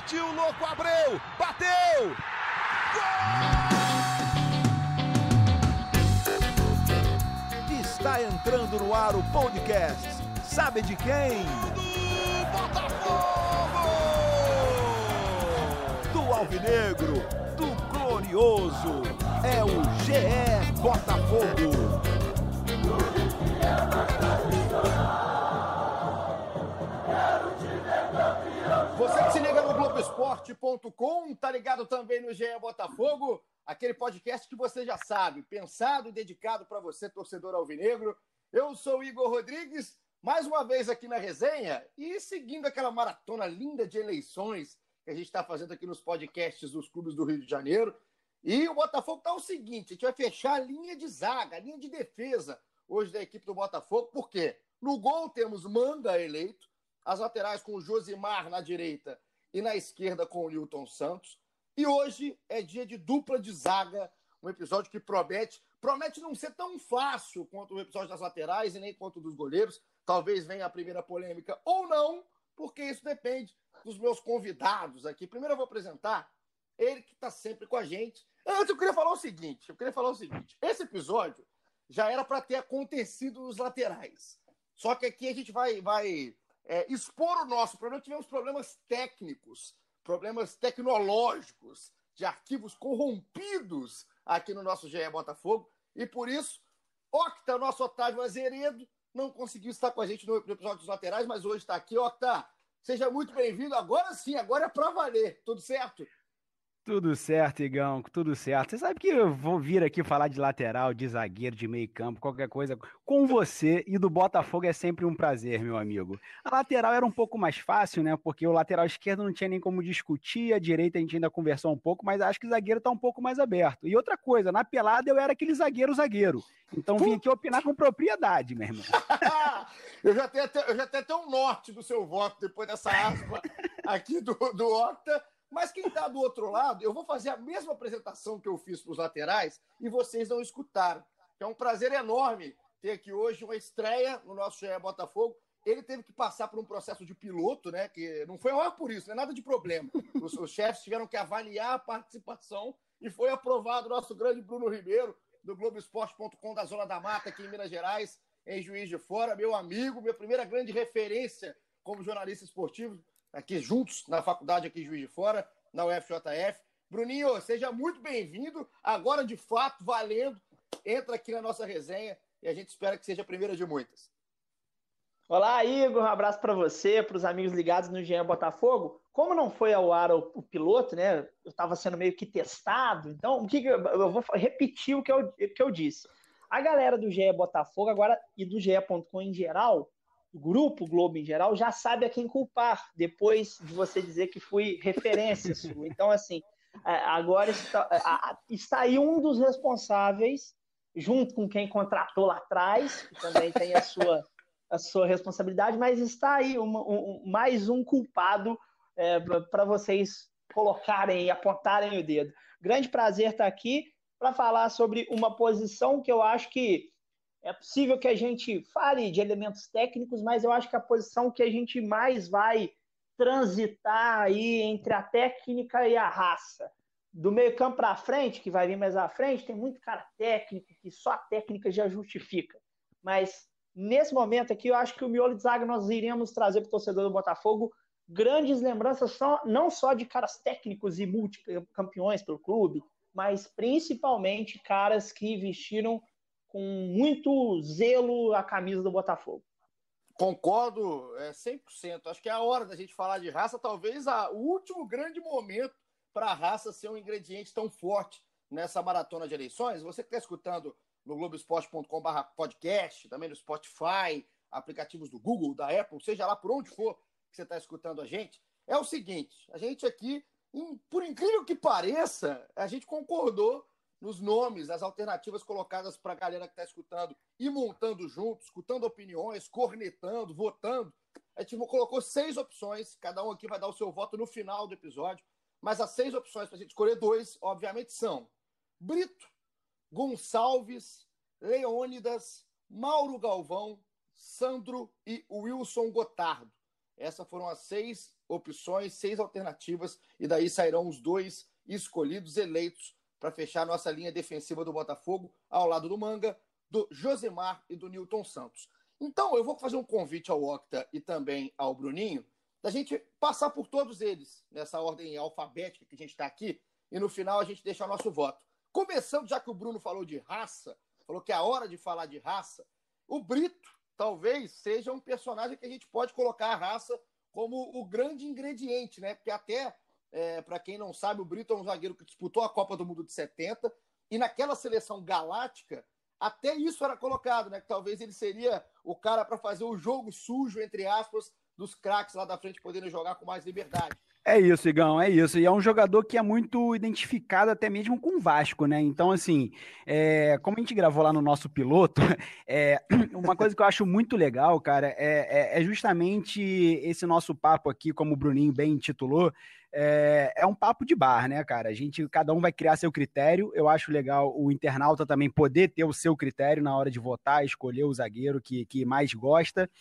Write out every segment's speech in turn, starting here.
Partiu, louco, Abreu, bateu! Gol! Está entrando no ar o podcast. Sabe de quem? Do Botafogo! Do Alvinegro, do Glorioso. É o GE Botafogo. Você que se liga no Globoesporte.com, tá ligado também no GE Botafogo, aquele podcast que você já sabe, pensado e dedicado para você, torcedor alvinegro. Eu sou o Igor Rodrigues, mais uma vez aqui na resenha e seguindo aquela maratona linda de eleições que a gente está fazendo aqui nos podcasts dos clubes do Rio de Janeiro. E o Botafogo tá o seguinte, a gente vai fechar a linha de zaga, a linha de defesa hoje da equipe do Botafogo, por quê? No gol temos Manga eleito, as laterais com o Josimar na direita e na esquerda com o Nilton Santos. E hoje é dia de dupla de zaga, um episódio que promete não ser tão fácil quanto o episódio das laterais e nem quanto dos goleiros. Talvez venha a primeira polêmica ou não, porque isso depende dos meus convidados aqui. Primeiro eu vou apresentar ele que está sempre com a gente. Antes eu queria falar o seguinte, esse episódio já era para ter acontecido nos laterais. Só que aqui a gente vai expor o nosso problema. Tivemos problemas técnicos, problemas tecnológicos, de arquivos corrompidos aqui no nosso GE Botafogo, e por isso, Octa, nosso Otávio Azeredo, não conseguiu estar com a gente no episódio dos laterais, mas hoje está aqui. Octa, seja muito bem-vindo. Agora sim, agora é para valer. Tudo certo? Tudo certo, Igão, tudo certo. Você sabe que eu vou vir aqui falar de lateral, de zagueiro, de meio campo, qualquer coisa com você, e do Botafogo é sempre um prazer, meu amigo. A lateral era um pouco mais fácil, né, porque o lateral esquerdo não tinha nem como discutir, a direita a gente ainda conversou um pouco, mas acho que o zagueiro tá um pouco mais aberto. E outra coisa, na pelada eu era aquele zagueiro, então vim aqui opinar com propriedade, meu irmão. Eu já tenho até um norte do seu voto depois dessa aspa aqui do Octa. Mas quem está do outro lado, eu vou fazer a mesma apresentação que eu fiz para os laterais e vocês não escutaram. É um prazer enorme ter aqui hoje uma estreia no nosso GE Botafogo. Ele teve que passar por um processo de piloto, né? Que não foi por isso, não é nada de problema. Os chefes tiveram que avaliar a participação e foi aprovado o nosso grande Bruno Ribeiro, do Globoesporte.com, da Zona da Mata, aqui em Minas Gerais, em Juiz de Fora, meu amigo, minha primeira grande referência como jornalista esportivo, aqui juntos na faculdade aqui em Juiz de Fora, na UFJF. Bruninho, seja muito bem-vindo. Agora, de fato, valendo, entra aqui na nossa resenha e a gente espera que seja a primeira de muitas. Olá, Igor, um abraço para você, para os amigos ligados no GE Botafogo. Como não foi ao ar o piloto, né? Eu estava sendo meio que testado, então eu vou repetir o que eu disse. A galera do GE Botafogo agora e do GE.com em geral, o Grupo Globo em geral, já sabe a quem culpar, depois de você dizer que fui referência sua. Então, assim, agora está aí um dos responsáveis, junto com quem contratou lá atrás, que também tem a sua responsabilidade, mas está aí mais um culpado para vocês colocarem e apontarem o dedo. Grande prazer estar aqui para falar sobre uma posição que eu acho que é possível que a gente fale de elementos técnicos, mas eu acho que a posição que a gente mais vai transitar aí entre a técnica e a raça. Do meio campo para frente, que vai vir mais à frente, tem muito cara técnico, que só a técnica já justifica. Mas nesse momento aqui, eu acho que o miolo de zaga nós iremos trazer para o torcedor do Botafogo grandes lembranças, não só de caras técnicos e multicampeões pelo clube, mas principalmente caras que vestiram com muito zelo a camisa do Botafogo. Concordo 100%. Acho que é a hora da gente falar de raça, talvez o último grande momento para a raça ser um ingrediente tão forte nessa maratona de eleições. Você que está escutando no Globoesporte.com/podcast, também no Spotify, aplicativos do Google, da Apple, seja lá por onde for que você está escutando a gente, é o seguinte, a gente aqui, por incrível que pareça, a gente concordou nos nomes, as alternativas colocadas para a galera que está escutando e montando junto, escutando opiniões, cornetando, votando. A gente colocou 6 opções, cada um aqui vai dar o seu voto no final do episódio, mas as 6 opções para a gente escolher 2, obviamente, são Brito, Gonçalves, Leônidas, Mauro Galvão, Sandro e Wilson Gotardo. Essas foram as 6 opções, 6 alternativas, e daí sairão os 2 escolhidos, eleitos, para fechar a nossa linha defensiva do Botafogo, ao lado do Manga, do Josemar e do Nilton Santos. Então, eu vou fazer um convite ao Octa e também ao Bruninho, da gente passar por todos eles, nessa ordem alfabética que a gente está aqui, e no final a gente deixa o nosso voto. Começando, já que o Bruno falou de raça, falou que é a hora de falar de raça, o Brito talvez seja um personagem que a gente pode colocar a raça como o grande ingrediente, né? Porque até, para quem não sabe, o Brito é um zagueiro que disputou a Copa do Mundo de 70, e naquela seleção galáctica, até isso era colocado, né? Que talvez ele seria o cara para fazer o jogo sujo, entre aspas, dos craques lá da frente poderem jogar com mais liberdade. É isso, Igão, é isso. E é um jogador que é muito identificado até mesmo com o Vasco, né? Então, assim, como a gente gravou lá no nosso piloto, uma coisa que eu acho muito legal, cara, é justamente esse nosso papo aqui, como o Bruninho bem intitulou, é um papo de bar, né, cara? Cada um vai criar seu critério. Eu acho legal o internauta também poder ter o seu critério na hora de votar, escolher o zagueiro que mais gosta.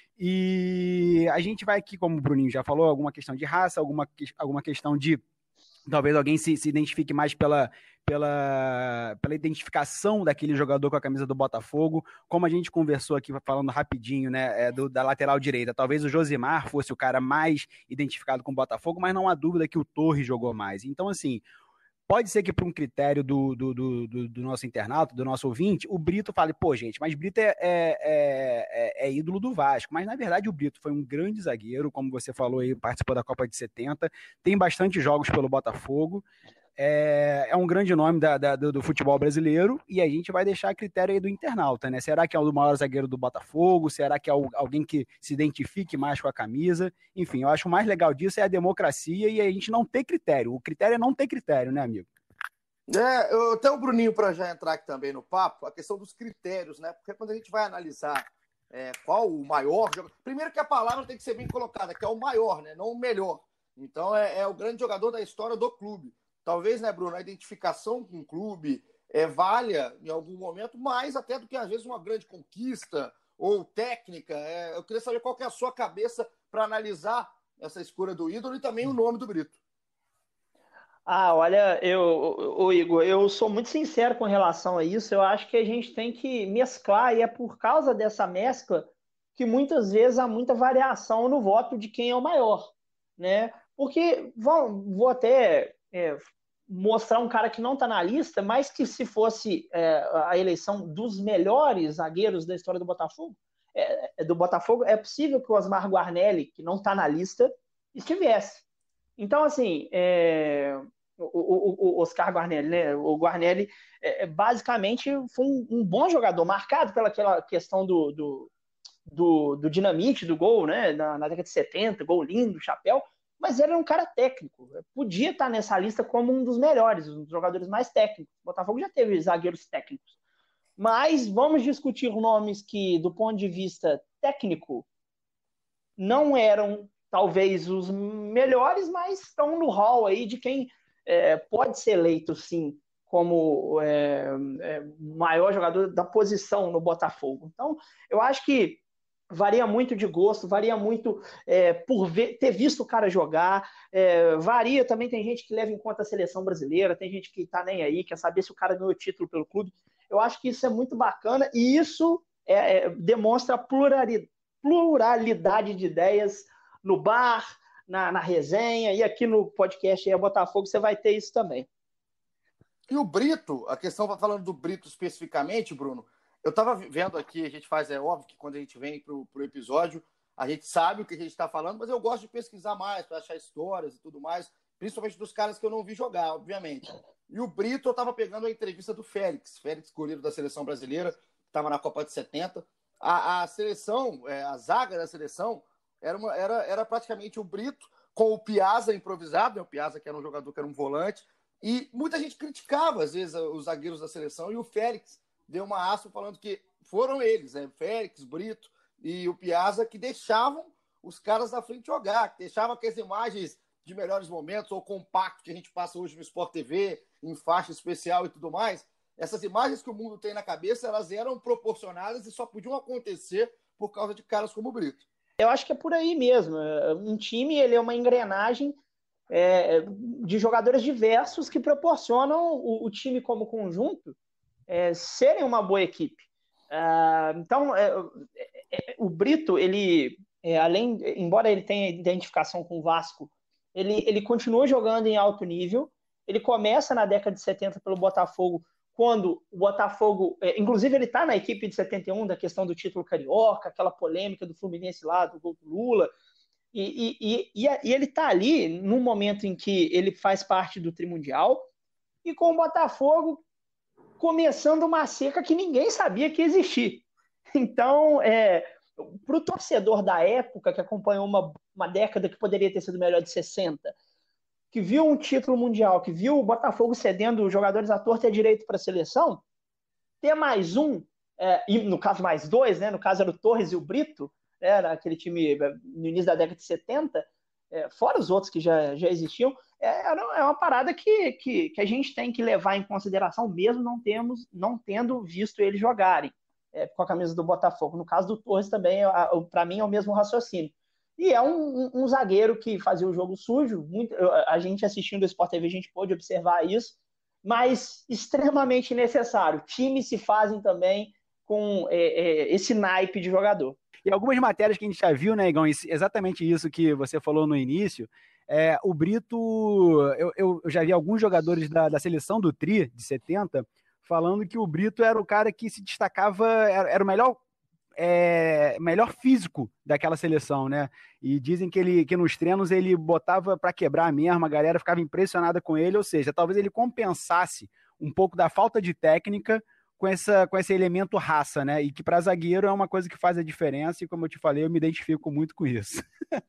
E a gente vai aqui, como o Bruninho já falou, alguma questão de raça, alguma questão de talvez alguém se identifique mais pela identificação daquele jogador com a camisa do Botafogo, como a gente conversou aqui, falando rapidinho, né, da lateral direita, talvez o Josimar fosse o cara mais identificado com o Botafogo, mas não há dúvida que o Torres jogou mais. Então, assim, pode ser que por um critério do nosso internauta, do nosso ouvinte, o Brito fale, pô, gente, mas Brito é ídolo do Vasco. Mas, na verdade, o Brito foi um grande zagueiro, como você falou aí, participou da Copa de 70, tem bastante jogos pelo Botafogo, é um grande nome do futebol brasileiro, e a gente vai deixar a critério aí do internauta, né? Será que é o maior zagueiro do Botafogo? Será que é alguém que se identifique mais com a camisa? Enfim, eu acho o mais legal disso é a democracia e a gente não ter critério. O critério é não ter critério, né, amigo? Até o Bruninho, para já entrar aqui também no papo, a questão dos critérios, né? Porque quando a gente vai analisar qual o maior jogador... Primeiro que a palavra tem que ser bem colocada, que é o maior, né? Não o melhor. Então, é o grande jogador da história do clube. Talvez, né, Bruno, a identificação com o clube valha em algum momento mais até do que, às vezes, uma grande conquista ou técnica. Eu queria saber qual que é a sua cabeça para analisar essa escolha do ídolo e também o nome do Brito. Olha, Igor, eu sou muito sincero com relação a isso. Eu acho que a gente tem que mesclar, e é por causa dessa mescla que muitas vezes há muita variação no voto de quem é o maior, né? Porque vou até mostrar um cara que não está na lista, mas que se fosse a eleição dos melhores zagueiros da história do Botafogo, é possível que o Osmar Guarnelli, que não está na lista, estivesse. Então, assim, o Oscar Guarnelli, né? O Guarnelli basicamente foi um bom jogador, marcado pelaquela questão do dinamite, do gol, né? Na década de 70, gol lindo, chapéu, mas ele era um cara técnico, podia estar nessa lista como um dos melhores, um dos jogadores mais técnicos. O Botafogo já teve zagueiros técnicos, mas vamos discutir nomes que, do ponto de vista técnico, não eram talvez os melhores, mas estão no hall aí de quem pode ser eleito, sim, como maior jogador da posição no Botafogo. Então, eu acho que varia muito de gosto, varia muito por ter visto o cara jogar, varia também, tem gente que leva em conta a seleção brasileira, tem gente que tá nem aí, quer saber se o cara ganhou título pelo clube. Eu acho que isso é muito bacana e isso demonstra a pluralidade de ideias no bar, na resenha, e aqui no podcast Botafogo você vai ter isso também. E o Brito, a questão, falando do Brito especificamente, Bruno, eu estava vendo aqui, a gente faz, óbvio que quando a gente vem para o episódio, a gente sabe o que a gente está falando, mas eu gosto de pesquisar mais, para achar histórias e tudo mais, principalmente dos caras que eu não vi jogar, obviamente. E o Brito, eu estava pegando a entrevista do Félix, goleiro da seleção brasileira, que estava na Copa de 70. A seleção, a zaga da seleção, era praticamente o Brito com o Piazza improvisado, né? O Piazza que era um jogador, que era um volante, e muita gente criticava, às vezes, os zagueiros da seleção, e o Félix deu uma aspa falando que foram eles, Félix, Brito e o Piazza, que deixavam os caras da frente jogar, que deixavam aquelas imagens de melhores momentos, ou compacto que a gente passa hoje no Sport TV, em faixa especial e tudo mais. Essas imagens que o mundo tem na cabeça, elas eram proporcionadas e só podiam acontecer por causa de caras como o Brito. Eu acho que é por aí mesmo. Um time, ele é uma engrenagem de jogadores diversos que proporcionam o time como conjunto serem uma boa equipe. Então, o Brito, ele, embora ele tenha identificação com o Vasco, ele continua jogando em alto nível. Ele começa na década de 70 pelo Botafogo, quando o Botafogo, inclusive ele está na equipe de 71, da questão do título carioca, aquela polêmica do Fluminense lá, do gol do Lula, e ele está ali num momento em que ele faz parte do Trimundial, e com o Botafogo começando uma seca que ninguém sabia que existia. Então, para o torcedor da época, que acompanhou uma década que poderia ter sido melhor de 60, que viu um título mundial, que viu o Botafogo cedendo jogadores à torta e à direito para a seleção, ter mais um, e no caso mais dois, né? No caso era o Torres e o Brito, era aquele time no início da década de 70, fora os outros que já existiam, é uma parada que a gente tem que levar em consideração, mesmo não tendo visto eles jogarem com a camisa do Botafogo. No caso do Torres também, para mim, é o mesmo raciocínio. E é um zagueiro que fazia o jogo sujo. A gente assistindo o Sport TV, a gente pôde observar isso, mas extremamente necessário. Times se fazem também com esse naipe de jogador. E algumas matérias que a gente já viu, né, Igão, exatamente isso que você falou no início, o Brito, eu já vi alguns jogadores da seleção do Tri, de 70, falando que o Brito era o cara que se destacava, era o melhor físico daquela seleção, né? E dizem que nos treinos ele botava para quebrar mesmo, a galera ficava impressionada com ele, ou seja, talvez ele compensasse um pouco da falta de técnica com esse elemento raça, né? E que para zagueiro é uma coisa que faz a diferença, e como eu te falei, eu me identifico muito com isso.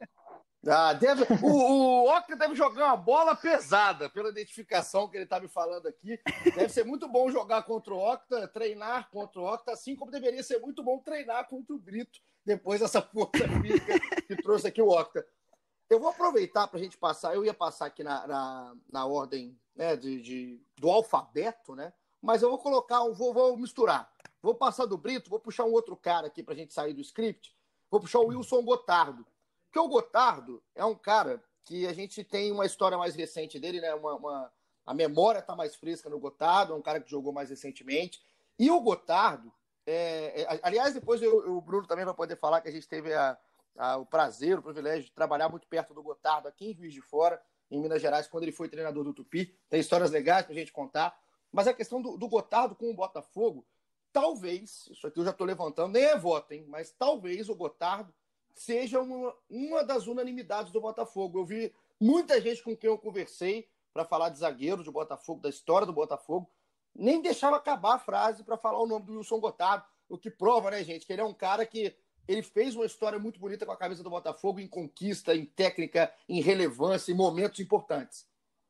O Octa deve jogar uma bola pesada, pela identificação que ele está me falando aqui. Deve ser muito bom jogar contra o Octa, treinar contra o Octa, assim como deveria ser muito bom treinar contra o Brito, depois dessa força física que trouxe aqui o Octa. Eu vou aproveitar para a gente passar, eu ia passar aqui na ordem, né, do alfabeto, né? Mas eu vou colocar, vou misturar. Vou passar do Brito, vou puxar um outro cara aqui para a gente sair do script. Vou puxar o Wilson Gotardo. Porque o Gotardo é um cara que a gente tem uma história mais recente dele, né? A memória está mais fresca no Gotardo, é um cara que jogou mais recentemente. E o Gotardo, aliás, depois o Bruno também vai poder falar que a gente teve o prazer, o privilégio de trabalhar muito perto do Gotardo aqui em Juiz de Fora, em Minas Gerais, quando ele foi treinador do Tupi. Tem histórias legais para a gente contar. Mas a questão do Gotardo com o Botafogo, talvez, isso aqui eu já estou levantando, nem é voto, hein? Mas talvez o Gotardo seja uma das unanimidades do Botafogo. Eu vi muita gente com quem eu conversei para falar de zagueiro, de Botafogo, da história do Botafogo, nem deixava acabar a frase para falar o nome do Wilson Gotardo, o que prova, né, gente, que ele é um cara que ele fez uma história muito bonita com a camisa do Botafogo, em conquista, em técnica, em relevância, em momentos importantes.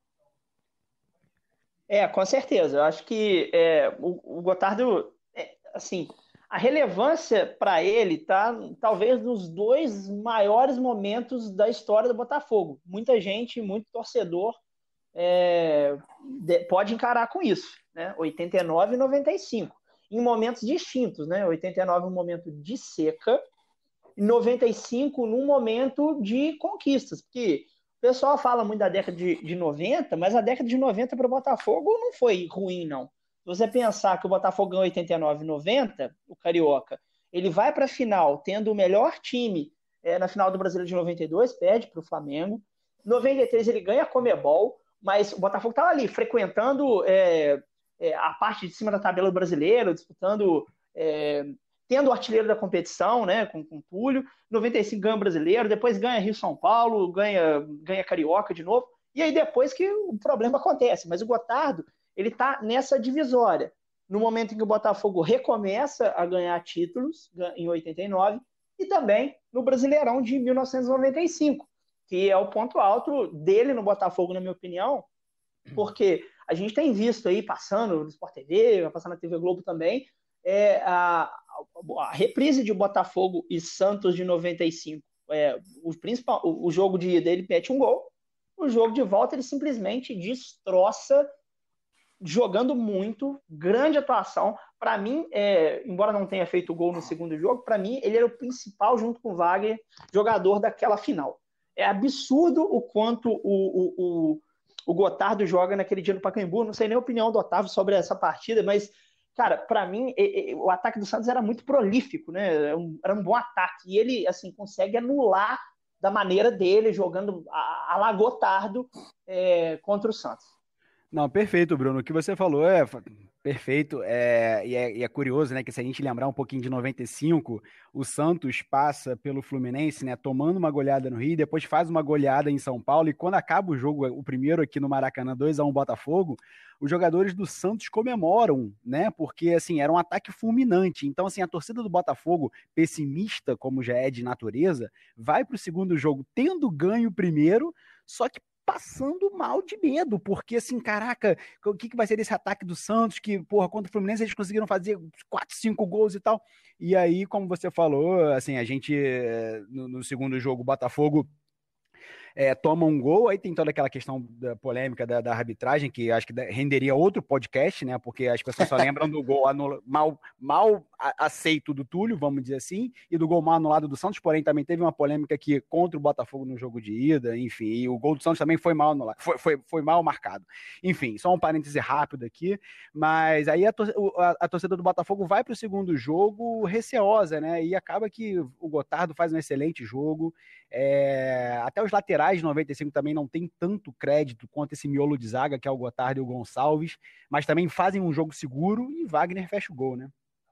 Com certeza. Eu acho que o Gotardo, assim, a relevância para ele está talvez nos dois maiores momentos da história do Botafogo. Muita gente, muito torcedor pode encarar com isso, né? 89 e 95, em momentos distintos, né? 89 um momento de seca, e 95 num momento de conquistas, porque o pessoal fala muito da década de 90, mas a década de 90 para o Botafogo não foi ruim, não. Se você pensar que o Botafogo ganhou 89 e 90, o Carioca, ele vai para a final tendo o melhor time na final do Brasileiro de 92, perde para o Flamengo. Em 93 ele ganha a Comebol, mas o Botafogo estava ali frequentando a parte de cima da tabela do Brasileiro, disputando, tendo o artilheiro da competição, né, com o Túlio. 95 ganha o Brasileiro, depois ganha Rio-São Paulo, ganha Carioca de novo, e aí depois que o problema acontece. Mas o Gotardo, ele está nessa divisória, no momento em que o Botafogo recomeça a ganhar títulos, em 89, e também no Brasileirão de 1995, que é o ponto alto dele no Botafogo, na minha opinião, porque a gente tem visto aí, passando no Sport TV, vai passar na TV Globo também, a reprise de Botafogo e Santos de 95. O jogo de ida ele mete um gol, o jogo de volta ele simplesmente destroça jogando muito, grande atuação. Para mim, embora não tenha feito gol no segundo jogo, para mim ele era o principal, junto com o Wagner, jogador daquela final. É absurdo o quanto o Gotardo joga naquele dia no Pacaembu. Não sei nem a opinião do Otávio sobre essa partida, mas, cara, para mim, o ataque do Santos era muito prolífico, né? Era um bom ataque. E ele, assim, consegue anular da maneira dele, jogando a la Gotardo contra o Santos. Não, perfeito, Bruno. O que você falou é perfeito. E é curioso, né? Que se a gente lembrar um pouquinho de 95, o Santos passa pelo Fluminense, né? Tomando uma goleada no Rio, depois faz uma goleada em São Paulo, e quando acaba o jogo, o primeiro aqui no Maracanã, 2-1 Botafogo, os jogadores do Santos comemoram, né? Porque, assim, era um ataque fulminante. Então, assim, a torcida do Botafogo, pessimista como já é de natureza, vai para o segundo jogo tendo ganho o primeiro, só que passando mal de medo, porque assim, caraca, o que vai ser desse ataque do Santos, que, porra, contra o Fluminense eles conseguiram fazer 4, 5 gols e tal, e aí, como você falou, assim, a gente, no segundo jogo, o Botafogo toma um gol, aí tem toda aquela questão da polêmica da arbitragem, que acho que renderia outro podcast, né, porque as pessoas só lembram do gol mal aceito do Túlio, vamos dizer assim, e do gol mal anulado do Santos, porém também teve uma polêmica aqui contra o Botafogo no jogo de ida, enfim, e o gol do Santos também foi mal anulado, foi mal marcado. Enfim, só um parêntese rápido aqui, mas aí a torcida do Botafogo vai para o segundo jogo receosa, né, e acaba que o Gotardo faz um excelente jogo, até os laterais de 95 também não tem tanto crédito quanto esse miolo de zaga, que é o Gotardo e o Gonçalves, mas também fazem um jogo seguro e Wagner fecha o gol, né?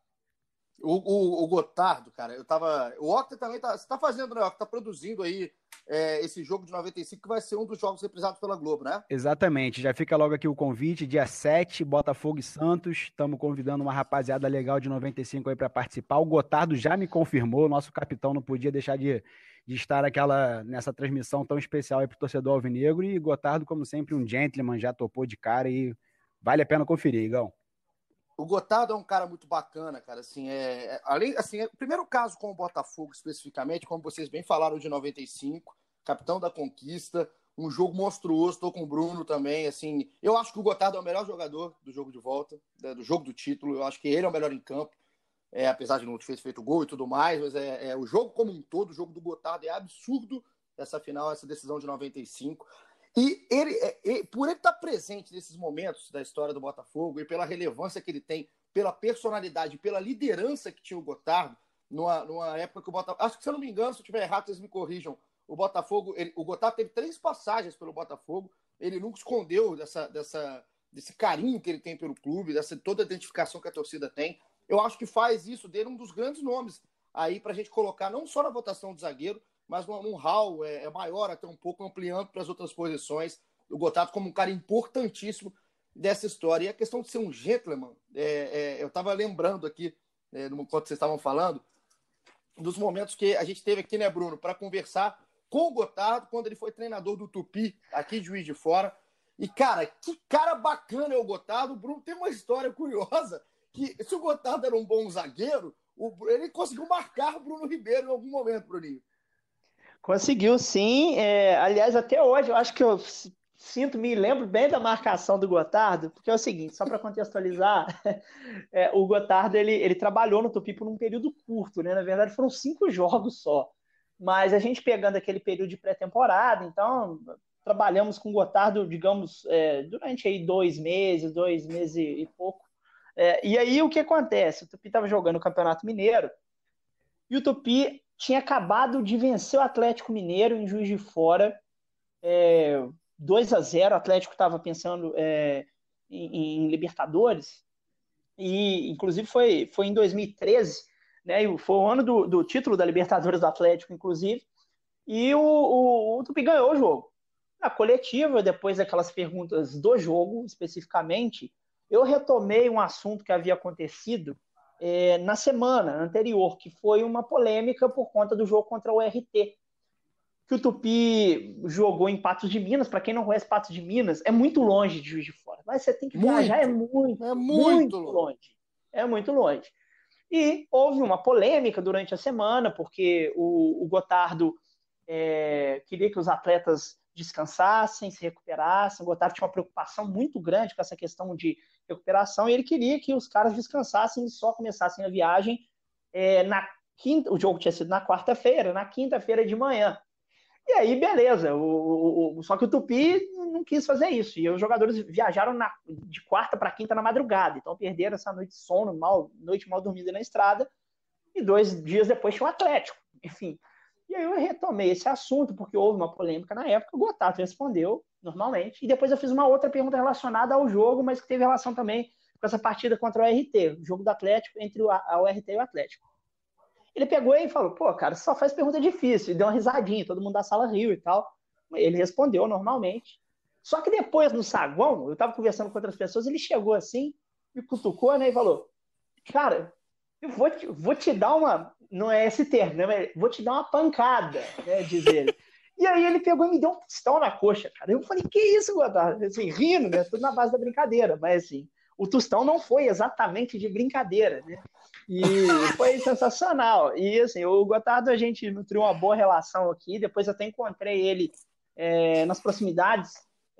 O Gotardo, cara, o Octa também você tá fazendo, né? O Octa tá produzindo aí esse jogo de 95, que vai ser um dos jogos reprisados pela Globo, né? Exatamente, já fica logo aqui o convite, dia 7, Botafogo e Santos, estamos convidando uma rapaziada legal de 95 aí para participar. O Gotardo já me confirmou, nosso capitão não podia deixar de estar nessa transmissão tão especial aí pro torcedor alvinegro, e Gotardo, como sempre, um gentleman, já topou de cara e vale a pena conferir, Igão. O Gotardo é um cara muito bacana, cara, assim, além, assim, o primeiro caso com o Botafogo especificamente, como vocês bem falaram, de 95, capitão da conquista, um jogo monstruoso, tô com o Bruno também, assim, eu acho que o Gotardo é o melhor jogador do jogo de volta, do jogo do título, eu acho que ele é o melhor em campo, apesar de não ter feito gol e tudo mais, mas o jogo como um todo, o jogo do Gotardo é absurdo, essa final, essa decisão de 95, e por ele estar presente nesses momentos da história do Botafogo e pela relevância que ele tem, pela personalidade, pela liderança que tinha o Gotardo, numa época que o Botafogo... Acho que, se eu não me engano, se eu estiver errado, vocês me corrijam. O Gotardo teve 3 passagens pelo Botafogo, ele nunca escondeu desse carinho que ele tem pelo clube, toda a identificação que a torcida tem. Eu acho que faz isso dele um dos grandes nomes aí para a gente colocar, não só na votação de zagueiro, mas num hall maior, até um pouco ampliando para as outras posições, o Gotardo como um cara importantíssimo dessa história. E a questão de ser um gentleman, eu estava lembrando aqui, enquanto vocês estavam falando, dos momentos que a gente teve aqui, né, Bruno, para conversar com o Gotardo, quando ele foi treinador do Tupi, aqui de Juiz de Fora. E, cara, que cara bacana é o Gotardo. O Bruno tem uma história curiosa, que se o Gotardo era um bom zagueiro, ele conseguiu marcar o Bruno Ribeiro em algum momento, Bruninho. Conseguiu, sim. Aliás, até hoje, eu acho que eu me lembro bem da marcação do Gotardo, porque é o seguinte, só para contextualizar, o Gotardo, ele trabalhou no Tupi por um período curto, né? Na verdade, foram 5 jogos só. Mas a gente pegando aquele período de pré-temporada, então, trabalhamos com o Gotardo, digamos, durante aí 2 meses e pouco. E aí, o que acontece? O Tupi estava jogando o Campeonato Mineiro, e o Tupi tinha acabado de vencer o Atlético Mineiro em Juiz de Fora, 2-0, o Atlético estava pensando em Libertadores, e inclusive foi em 2013, né, foi o ano do título da Libertadores do Atlético, inclusive, e o Tupi ganhou o jogo. Na coletiva, depois daquelas perguntas do jogo, especificamente, eu retomei um assunto que havia acontecido na semana anterior, que foi uma polêmica por conta do jogo contra o RT, que o Tupi jogou em Patos de Minas. Para quem não conhece Patos de Minas, é muito longe de Juiz de Fora, mas você tem que viajar, muito longe. É muito longe. E houve uma polêmica durante a semana, porque o Gotardo queria que os atletas descansassem, se recuperassem. O Gotardo tinha uma preocupação muito grande com essa questão de recuperação e ele queria que os caras descansassem e só começassem a viagem na quinta. O jogo tinha sido na quarta-feira, na quinta-feira de manhã. E aí, beleza. Só que o Tupi não quis fazer isso. E os jogadores viajaram de quarta para quinta na madrugada. Então perderam essa noite de sono, noite mal dormida na estrada. E 2 dias depois tinha o Atlético. Enfim. E aí eu retomei esse assunto, porque houve uma polêmica na época. O Gotardo respondeu normalmente. E depois eu fiz uma outra pergunta relacionada ao jogo, mas que teve relação também com essa partida contra o RT, o jogo do Atlético entre o RT e o Atlético. Ele pegou e falou, pô, cara, você só faz pergunta difícil. E deu uma risadinha, todo mundo da sala riu e tal. Ele respondeu normalmente. Só que depois, no saguão, eu tava conversando com outras pessoas, ele chegou assim, me cutucou, né, e falou, cara, eu vou te dar uma... Não é esse termo, né, mas vou te dar uma pancada, né, diz ele. E aí ele pegou e me deu um tostão na coxa, cara. Eu falei, que isso, Gotardo? Assim, rindo, né, tudo na base da brincadeira. Mas, assim, o tostão não foi exatamente de brincadeira, né? E foi sensacional. E, assim, o Gotardo, a gente nutriu uma boa relação aqui. Depois eu até encontrei ele nas proximidades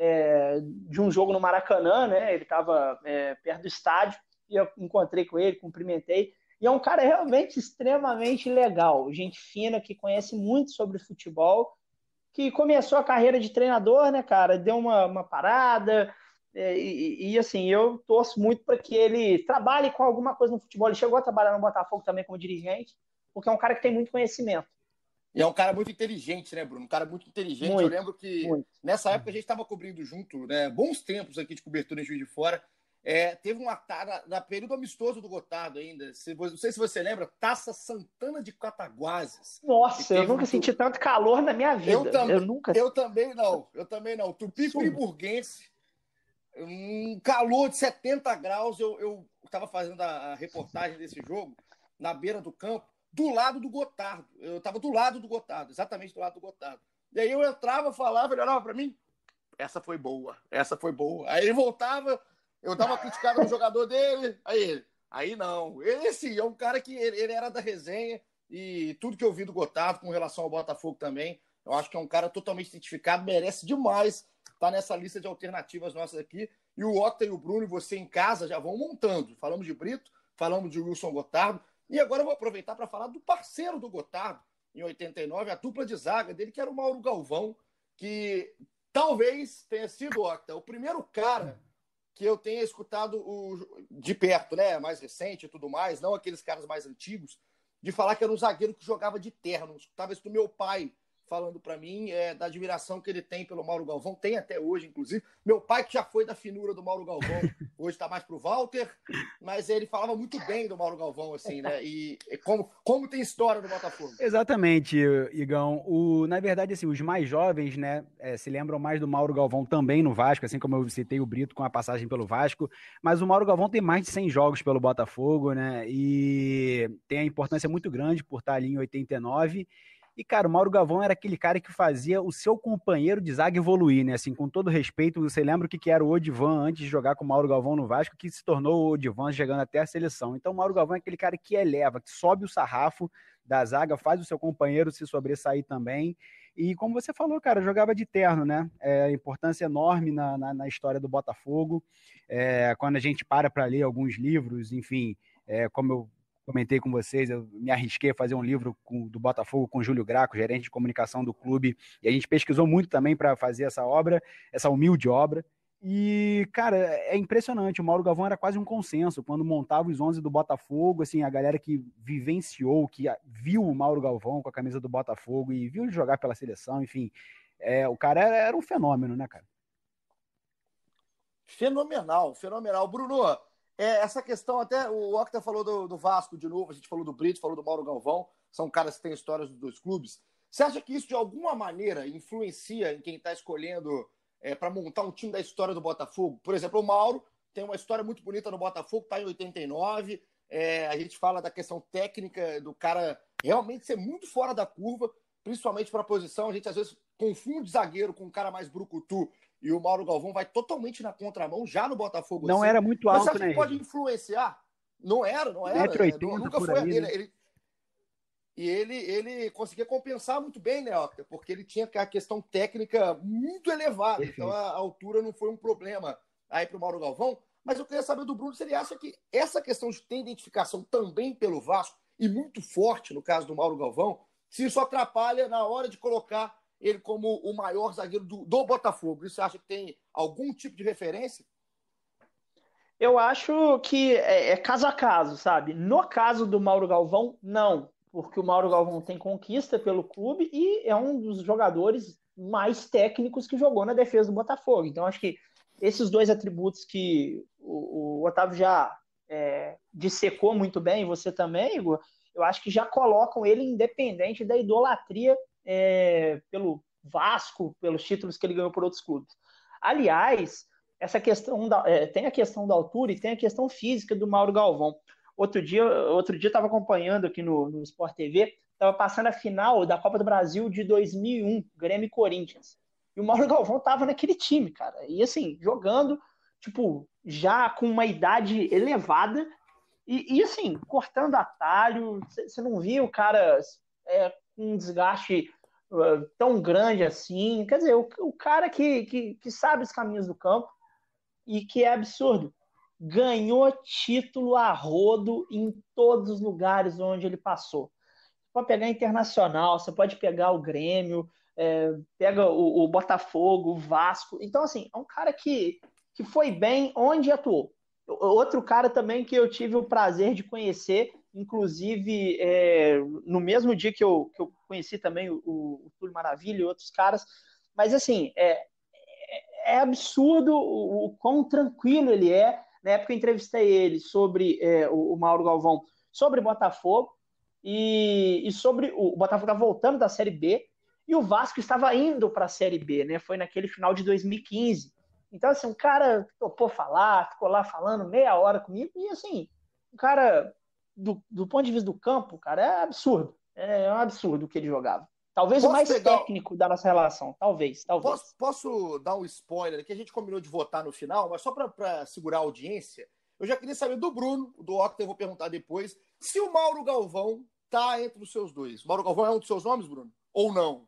de um jogo no Maracanã, né? Ele estava perto do estádio e eu encontrei com ele, cumprimentei. E é um cara realmente extremamente legal. Gente fina, que conhece muito sobre futebol, que começou a carreira de treinador, né, cara? Deu uma parada... E assim, eu torço muito para que ele trabalhe com alguma coisa no futebol. Ele chegou a trabalhar no Botafogo também como dirigente, porque é um cara que tem muito conhecimento. E é um cara muito inteligente, né, Bruno? Um cara muito inteligente. Muito, eu lembro que muito. Nessa época a gente estava cobrindo junto, né, bons tempos aqui de cobertura em Juiz de Fora. Teve uma na período amistoso do Gotardo ainda. Não sei se você lembra, Taça Santana de Cataguases. Nossa, eu nunca senti tanto calor na minha vida. Eu também não. Tupi Friburguense. Um calor de 70 graus, eu estava fazendo a reportagem desse jogo na beira do campo, do lado do Gotardo. Eu estava do lado do Gotardo, exatamente do lado do Gotardo. E aí eu entrava, falava, ele olhava para mim, essa foi boa. Aí ele voltava, eu dava uma criticada no jogador dele, aí não. Ele sim, é um cara que ele era da resenha e tudo que eu vi do Gotardo com relação ao Botafogo também, eu acho que é um cara totalmente identificado, merece demais tá nessa lista de alternativas nossas aqui. E o Otto e o Bruno e você em casa já vão montando. Falamos de Brito, falamos de Wilson Gotardo. E agora eu vou aproveitar para falar do parceiro do Gotardo, em 89, a dupla de zaga dele, que era o Mauro Galvão, que talvez tenha sido, Otto, o primeiro cara que eu tenha escutado de perto, né? Mais recente e tudo mais, não aqueles caras mais antigos, de falar que era um zagueiro que jogava de terno. Eu escutava isso do meu pai, falando para mim da admiração que ele tem pelo Mauro Galvão, tem até hoje, inclusive. Meu pai, que já foi da finura do Mauro Galvão, hoje está mais pro Walter, mas ele falava muito bem do Mauro Galvão, assim, né? E como tem história do Botafogo. Exatamente, Igão. Na verdade, assim, os mais jovens, né, se lembram mais do Mauro Galvão também no Vasco, assim como eu citei o Brito com a passagem pelo Vasco, mas o Mauro Galvão tem mais de 100 jogos pelo Botafogo, né, e tem a importância muito grande por estar ali em 89. E, cara, o Mauro Galvão era aquele cara que fazia o seu companheiro de zaga evoluir, né? Assim, com todo respeito, você lembra o que era o Odivan antes de jogar com o Mauro Galvão no Vasco, que se tornou o Odivan chegando até a seleção. Então, o Mauro Galvão é aquele cara que eleva, que sobe o sarrafo da zaga, faz o seu companheiro se sobressair também. E, como você falou, cara, jogava de terno, né? Importância enorme na história do Botafogo. Quando a gente para ler alguns livros, enfim, como eu comentei com vocês, eu me arrisquei a fazer um livro do Botafogo com o Júlio Graco, gerente de comunicação do clube, e a gente pesquisou muito também para fazer essa obra, essa humilde obra, e, cara, é impressionante, o Mauro Galvão era quase um consenso, quando montava os 11 do Botafogo, assim, a galera que vivenciou, que viu o Mauro Galvão com a camisa do Botafogo e viu ele jogar pela seleção, enfim, o cara era um fenômeno, né, cara? Fenomenal. Bruno, essa questão, até o Octa falou do Vasco de novo, a gente falou do Brito, falou do Mauro Galvão, são caras que têm histórias dos dois clubes. Você acha que isso, de alguma maneira, influencia em quem está escolhendo para montar um time da história do Botafogo? Por exemplo, o Mauro tem uma história muito bonita no Botafogo, está em 89, a gente fala da questão técnica do cara realmente ser muito fora da curva, principalmente para a posição, a gente às vezes confunde zagueiro com um cara mais brucutu, e o Mauro Galvão vai totalmente na contramão, já no Botafogo. Não era muito alto, mas você acha né? que pode influenciar? Não era. 1,80 m Nunca por foi aí, ele, né? E ele conseguia compensar muito bem, né, Octa? Porque ele tinha a questão técnica muito elevada. Perfeito. Então a altura não foi um problema aí para o Mauro Galvão. Mas eu queria saber do Bruno se ele acha que essa questão de ter identificação também pelo Vasco, e muito forte no caso do Mauro Galvão, se isso atrapalha na hora de colocar ele como o maior zagueiro do Botafogo. Você acha que tem algum tipo de referência? Eu acho que é caso a caso, sabe? No caso do Mauro Galvão, não. Porque o Mauro Galvão tem conquista pelo clube e é um dos jogadores mais técnicos que jogou na defesa do Botafogo. Então, acho que esses dois atributos que o Otávio já dissecou muito bem, e você também, Igor, eu acho que já colocam ele independente da idolatria pelo Vasco, pelos títulos que ele ganhou por outros clubes. Aliás, essa questão tem a questão da altura e tem a questão física do Mauro Galvão. Outro dia eu estava acompanhando aqui no Sport TV, estava passando a final da Copa do Brasil de 2001, Grêmio e Corinthians. E o Mauro Galvão estava naquele time, cara. E assim, jogando, tipo, já com uma idade elevada e assim, cortando atalho. Você não via o cara com um desgaste tão grande assim. Quer dizer, o cara que sabe os caminhos do campo e que é absurdo. Ganhou título a rodo em todos os lugares onde ele passou. Você pode pegar Internacional, você pode pegar o Grêmio, pega o Botafogo, o Vasco. Então, assim, é um cara que foi bem onde atuou. Outro cara também que eu tive o prazer de conhecer, inclusive no mesmo dia que eu conheci também o Túlio Maravilha e outros caras, mas assim, é absurdo o quão tranquilo ele é. Na época eu entrevistei ele sobre o Mauro Galvão, sobre Botafogo, e sobre o Botafogo estava voltando da Série B, e o Vasco estava indo para a Série B, né? Foi naquele final de 2015. Então, assim, um cara topou falar, ficou lá falando meia hora comigo, e assim, um cara, do ponto de vista do campo, cara, é absurdo. É um absurdo o que ele jogava. Talvez o mais técnico da nossa relação. Talvez. Posso dar um spoiler que a gente combinou de votar no final, mas só para segurar a audiência, eu já queria saber do Bruno, do Octa, eu vou perguntar depois, se o Mauro Galvão tá entre os seus dois. O Mauro Galvão é um dos seus nomes, Bruno? Ou não?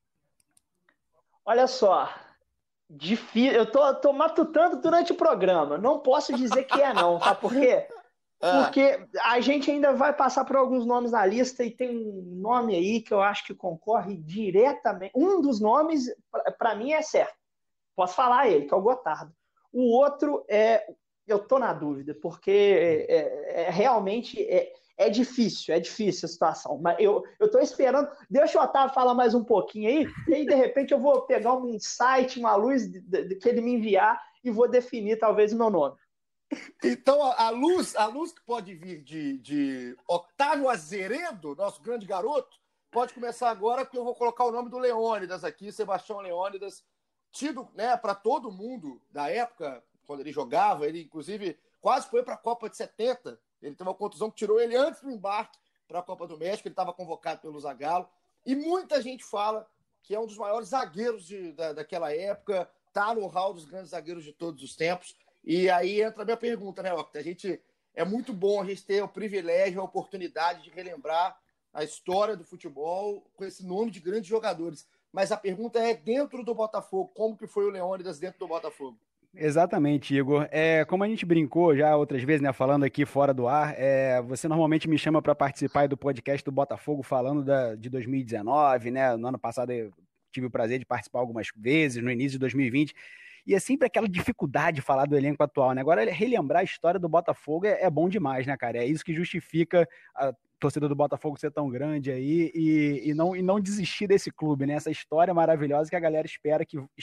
Olha só, difícil. Eu tô matutando durante o programa. Não posso dizer que não, tá? Por quê? Porque a gente ainda vai passar por alguns nomes na lista e tem um nome aí que eu acho que concorre diretamente. Um dos nomes, para mim, é certo. Posso falar ele, que é o Gotardo. O outro, eu tô na dúvida, porque realmente é difícil a situação. Mas eu tô esperando. Deixa o Otávio falar mais um pouquinho aí, e aí, de repente, eu vou pegar um insight, uma luz que ele me enviar e vou definir, talvez, o meu nome. Então, a luz que pode vir de Otávio Azeredo, nosso grande garoto, pode começar agora, porque eu vou colocar o nome do Leônidas aqui, Sebastião Leônidas, tido, né, para todo mundo da época, quando ele jogava, ele inclusive quase foi para a Copa de 70, ele teve uma contusão que tirou ele antes do embarque para a Copa do México, ele estava convocado pelo Zagallo, e muita gente fala que é um dos maiores zagueiros daquela época, está no hall dos grandes zagueiros de todos os tempos. E aí entra a minha pergunta, né, Octa? É muito bom a gente ter o privilégio, a oportunidade de relembrar a história do futebol com esse nome de grandes jogadores. Mas a pergunta é dentro do Botafogo, como que foi o Leônidas dentro do Botafogo? Exatamente, Igor. Como a gente brincou já outras vezes, né, falando aqui fora do ar, você normalmente me chama para participar aí do podcast do Botafogo falando de 2019, né? No ano passado eu tive o prazer de participar algumas vezes, no início de 2020. E é sempre aquela dificuldade de falar do elenco atual, né? Agora, relembrar a história do Botafogo é bom demais, né, cara? É isso que justifica a torcida do Botafogo ser tão grande aí e não desistir desse clube, né? Essa história maravilhosa que a galera espera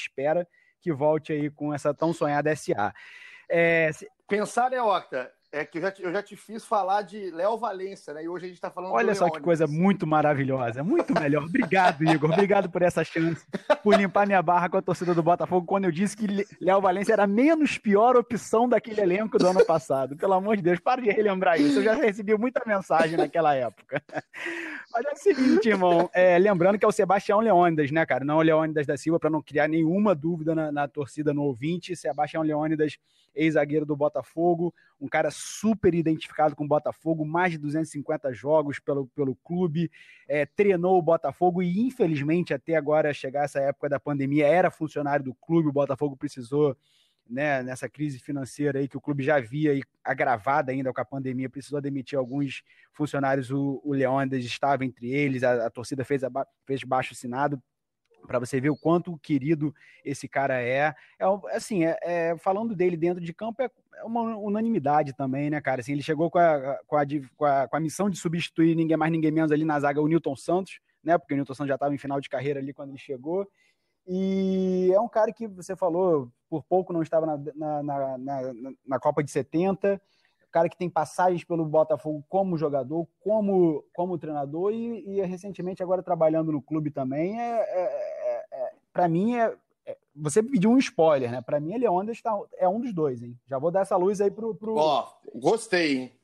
que volte aí com essa tão sonhada SA. Pensar, né, Octa? Que eu já te fiz falar de Léo Valência, né? E hoje a gente está falando do Olha só que coisa muito maravilhosa, muito melhor. Obrigado, Igor. Obrigado por essa chance, por limpar minha barra com a torcida do Botafogo quando eu disse que Léo Valência era a menos pior opção daquele elenco do ano passado. Pelo amor de Deus, para de relembrar isso. Eu já recebi muita mensagem naquela época. Mas é o seguinte, irmão, lembrando que é o Sebastião Leônidas, né, cara? Não o Leônidas da Silva, para não criar nenhuma dúvida na torcida, no ouvinte. Sebastião Leônidas, ex-zagueiro do Botafogo, um cara super identificado com o Botafogo, mais de 250 jogos pelo clube, treinou o Botafogo e, infelizmente, até agora chegar essa época da pandemia, era funcionário do clube. O Botafogo precisou, né, nessa crise financeira aí que o clube já via, e agravada ainda com a pandemia, precisou demitir alguns funcionários. O Leônidas estava entre eles, a torcida fez baixo-assinado, para você ver o quanto querido esse cara assim, falando dele dentro de campo, é uma unanimidade também, né, cara? Assim, ele chegou com a missão de substituir ninguém mais, ninguém menos ali na zaga, o Nilton Santos, né? Porque o Nilton Santos já estava em final de carreira ali quando ele chegou. E é um cara que você falou, por pouco não estava na Copa de 70, cara que tem passagens pelo Botafogo como jogador, como treinador, e recentemente agora trabalhando no clube também. Para mim, você pediu um spoiler, né? Para mim, Leônidas é um dos dois, hein? Já vou dar essa luz aí pro... Gostei, hein?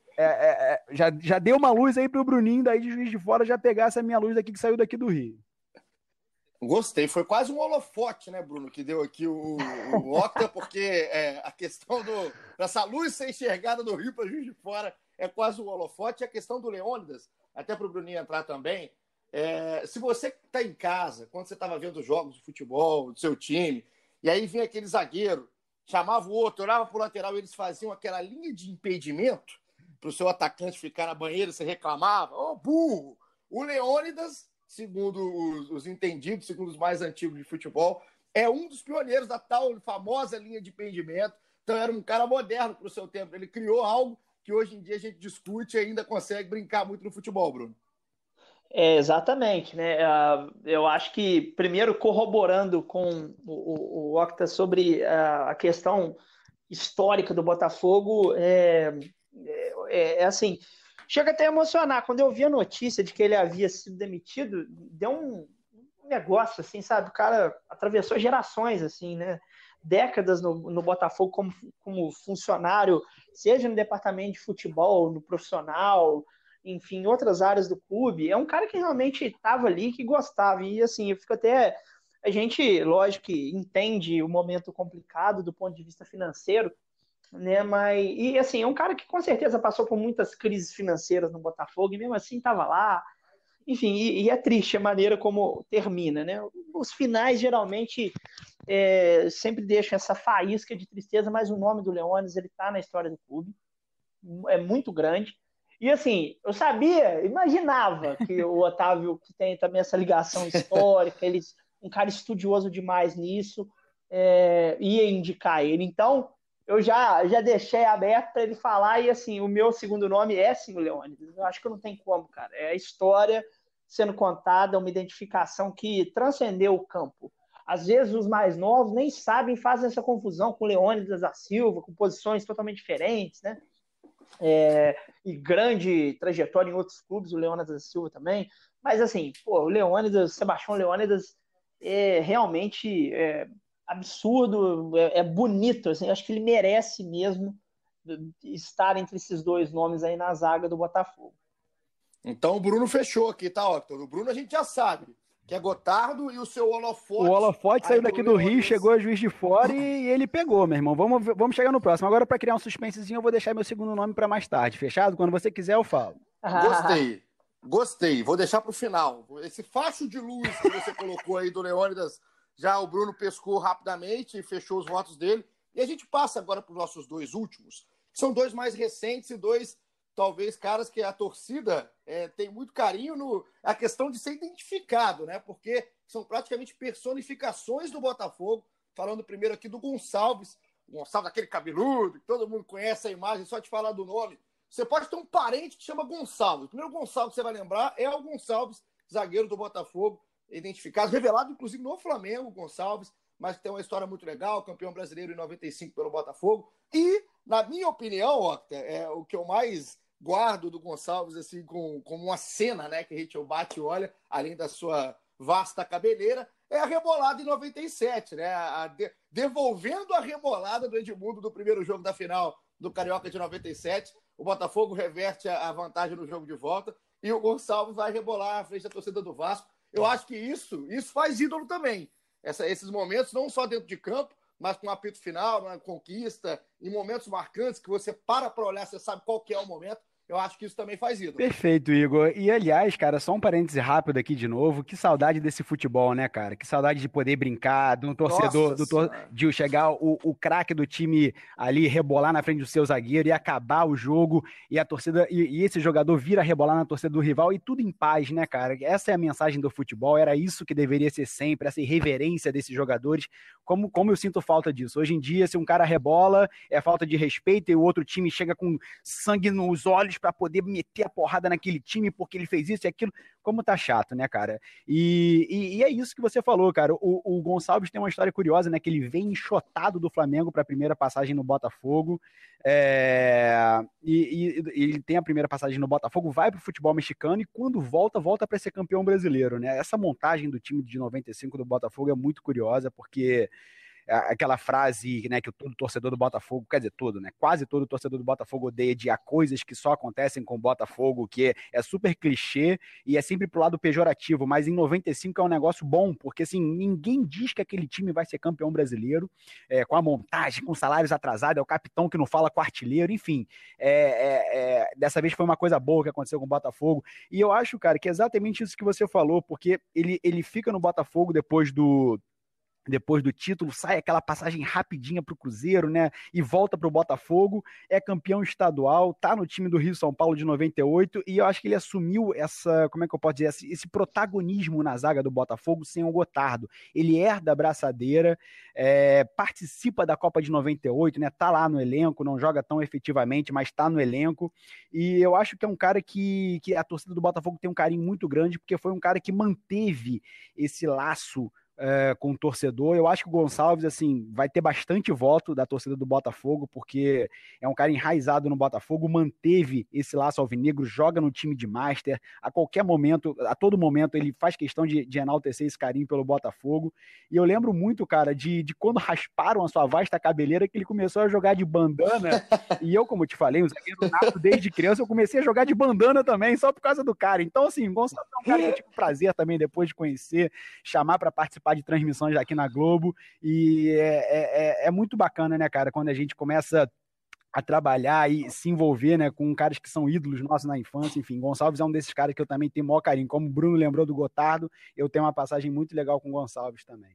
Já deu uma luz aí pro Bruninho, daí de Juiz de Fora, já pegar essa minha luz aqui que saiu daqui do Rio. Gostei, foi quase um holofote, né, Bruno, que deu aqui o Octa, porque a questão dessa luz ser enxergada do Rio para Juiz de Fora é quase um holofote. E a questão do Leônidas, até para o Bruninho entrar também, se você está em casa, quando você estava vendo os jogos de futebol do seu time, e aí vinha aquele zagueiro, chamava o outro, olhava para o lateral, e eles faziam aquela linha de impedimento para o seu atacante ficar na banheira, você reclamava, burro! O Leônidas, segundo os entendidos, segundo os mais antigos de futebol, é um dos pioneiros da tal famosa linha de impedimento. Então era um cara moderno para o seu tempo. Ele criou algo que hoje em dia a gente discute e ainda consegue brincar muito no futebol, Bruno. Exatamente, né? Eu acho que, primeiro, corroborando com o Octa sobre a questão histórica do Botafogo, assim, chega até a emocionar. Quando eu vi a notícia de que ele havia sido demitido, deu um negócio, assim, sabe? O cara atravessou gerações, assim, né? Décadas no Botafogo como funcionário, seja no departamento de futebol, no profissional, enfim, em outras áreas do clube. É um cara que realmente estava ali, que gostava. E, assim, eu fico até... A gente, lógico, que entende o momento complicado do ponto de vista financeiro, né? Mas, e assim, é um cara que com certeza passou por muitas crises financeiras no Botafogo e mesmo assim estava lá. Enfim, e é triste a maneira como termina, né? Os finais geralmente sempre deixam essa faísca de tristeza, mas o nome do Leônidas, ele tá na história do clube, é muito grande. E assim, eu imaginava que o Otávio, que tem também essa ligação histórica, ele, um cara estudioso demais nisso, ia indicar ele. Então, eu já deixei aberto para ele falar, e assim, o meu segundo nome é sim o Leônidas. Eu acho que não tem como, cara. É a história sendo contada, uma identificação que transcendeu o campo. Às vezes os mais novos nem sabem, fazem essa confusão com o Leônidas da Silva, com posições totalmente diferentes, né? E grande trajetória em outros clubes, o Leônidas da Silva também. Mas assim, o Leônidas, Sebastião Leônidas, realmente absurdo, bonito, assim, acho que ele merece mesmo estar entre esses dois nomes aí na zaga do Botafogo. Então o Bruno fechou aqui, tá, Octor? O Bruno a gente já sabe que é Gotardo, e o seu holofote... O holofote saiu daqui do Rio, chegou a Juiz de Fora e ele pegou, meu irmão. Vamos chegar no próximo. Agora, para criar um suspensezinho, eu vou deixar meu segundo nome para mais tarde. Fechado? Quando você quiser, eu falo. Gostei. Vou deixar para o final. Esse facho de luz que você colocou aí do Leônidas, já o Bruno pescou rapidamente e fechou os votos dele. E a gente passa agora para os nossos dois últimos, que são dois mais recentes e dois, talvez, caras que a torcida tem muito carinho a questão de ser identificado, né? Porque são praticamente personificações do Botafogo. Falando primeiro aqui do Gonçalves, aquele cabeludo, que todo mundo conhece a imagem, só de falar do nome. Você pode ter um parente que chama Gonçalves. O primeiro Gonçalves que você vai lembrar é o Gonçalves, zagueiro do Botafogo, identificado, revelado inclusive no Flamengo, Gonçalves, mas que tem uma história muito legal, campeão brasileiro em 95 pelo Botafogo. E, na minha opinião, Octa, o que eu mais guardo do Gonçalves, assim, como uma cena, né, que a gente bate e olha, além da sua vasta cabeleira, é a rebolada em 97, né? Devolvendo a rebolada do Edmundo do primeiro jogo da final do Carioca de 97. O Botafogo reverte a vantagem no jogo de volta e o Gonçalves vai rebolar à frente da torcida do Vasco. Eu acho que isso faz ídolo também. Esses momentos, não só dentro de campo, mas com um apito final, uma conquista, em momentos marcantes que você para olhar, você sabe qual que é o momento. Eu acho que isso também faz ídolo. Perfeito, Igor. E aliás, cara, só um parêntese rápido aqui de novo. Que saudade desse futebol, né, cara? Que saudade de poder brincar, de um torcedor, de chegar o craque do time ali rebolar na frente do seu zagueiro e acabar o jogo e a torcida e esse jogador vir a rebolar na torcida do rival e tudo em paz, né, cara? Essa é a mensagem do futebol. Era isso que deveria ser sempre, essa irreverência desses jogadores. Como eu sinto falta disso. Hoje em dia, se um cara rebola, é falta de respeito e o outro time chega com sangue nos olhos para poder meter a porrada naquele time porque ele fez isso e aquilo, como tá chato, né, cara? E é isso que você falou, cara. O Gonçalves tem uma história curiosa, né, que ele vem enxotado do Flamengo para a primeira passagem no Botafogo, e ele tem a primeira passagem no Botafogo, vai pro futebol mexicano e quando volta para ser campeão brasileiro, né? Essa montagem do time de 95 do Botafogo é muito curiosa, porque aquela frase, né, que todo torcedor do Botafogo, quer dizer, todo, né, quase todo torcedor do Botafogo odeia, de há coisas que só acontecem com o Botafogo, que é super clichê e é sempre pro lado pejorativo, mas em 95 é um negócio bom, porque assim, ninguém diz que aquele time vai ser campeão brasileiro, com a montagem, com salários atrasados, é o capitão que não fala com o artilheiro, enfim, dessa vez foi uma coisa boa que aconteceu com o Botafogo, e eu acho, cara, que é exatamente isso que você falou, porque ele fica no Botafogo depois do título, sai aquela passagem rapidinha pro Cruzeiro, né, e volta pro Botafogo, é campeão estadual, tá no time do Rio São Paulo de 98, e eu acho que ele assumiu como é que eu posso dizer, esse protagonismo na zaga do Botafogo sem o Gotardo. Ele herda a braçadeira, participa da Copa de 98, né, tá lá no elenco, não joga tão efetivamente, mas tá no elenco, e eu acho que é um cara que a torcida do Botafogo tem um carinho muito grande, porque foi um cara que manteve esse laço com o torcedor. Eu acho que o Gonçalves, assim, vai ter bastante voto da torcida do Botafogo, porque é um cara enraizado no Botafogo, manteve esse laço alvinegro, joga no time de Master, a qualquer momento, a todo momento, ele faz questão de enaltecer esse carinho pelo Botafogo, e eu lembro muito, cara, de quando rasparam a sua vasta cabeleira, que ele começou a jogar de bandana, e eu, como eu te falei, um zagueiro nato desde criança, eu comecei a jogar de bandana também, só por causa do cara. Então, assim, o Gonçalves é um cara que eu tive o prazer também, depois de conhecer, chamar para participar de transmissões aqui na Globo, e é muito bacana, né, cara, quando a gente começa a trabalhar e se envolver, né, com caras que são ídolos nossos na infância. Enfim, Gonçalves é um desses caras que eu também tenho o maior carinho. Como o Bruno lembrou do Gotardo, eu tenho uma passagem muito legal com o Gonçalves também.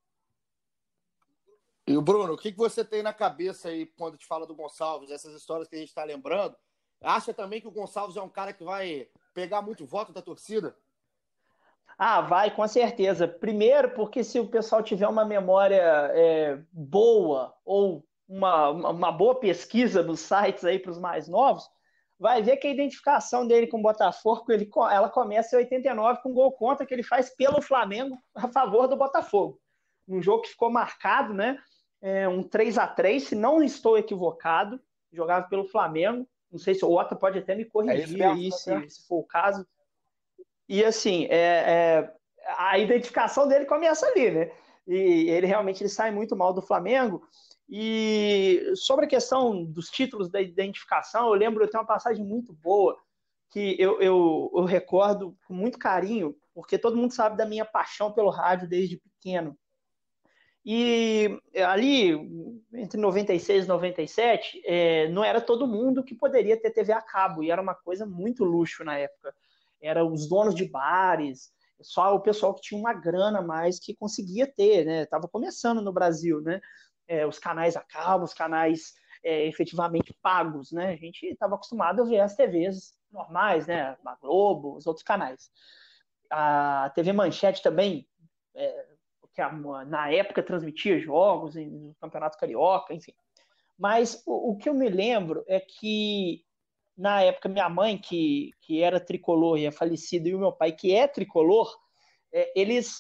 E o Bruno, o que você tem na cabeça aí quando te fala do Gonçalves, essas histórias que a gente está lembrando? Acha também que o Gonçalves é um cara que vai pegar muito voto da torcida? Ah, vai, com certeza. Primeiro, porque se o pessoal tiver uma memória boa ou uma boa pesquisa nos sites aí para os mais novos, vai ver que a identificação dele com o Botafogo, ela começa em 89 com um gol contra que ele faz pelo Flamengo a favor do Botafogo. Um jogo que ficou marcado, né? Um 3-3, se não estou equivocado, jogava pelo Flamengo. Não sei se o Otto pode até me corrigir aí, se for o caso. E assim, a identificação dele começa ali, né? E ele sai muito mal do Flamengo. E sobre a questão dos títulos da identificação, eu tenho uma passagem muito boa que eu recordo com muito carinho, porque todo mundo sabe da minha paixão pelo rádio desde pequeno. E ali, entre 96 e 97, não era todo mundo que poderia ter TV a cabo, e era uma coisa muito luxo na época. Eram os donos de bares, só o pessoal que tinha uma grana a mais que conseguia ter, né? Estava começando no Brasil, né? Os canais a cabo, os canais efetivamente pagos, né? A gente estava acostumado a ver as TVs normais, né? A Globo, os outros canais. A TV Manchete também, que na época transmitia jogos no Campeonato Carioca, enfim. Mas o que eu me lembro é que na época, minha mãe, que era tricolor e é falecida, e o meu pai, que é tricolor, eles,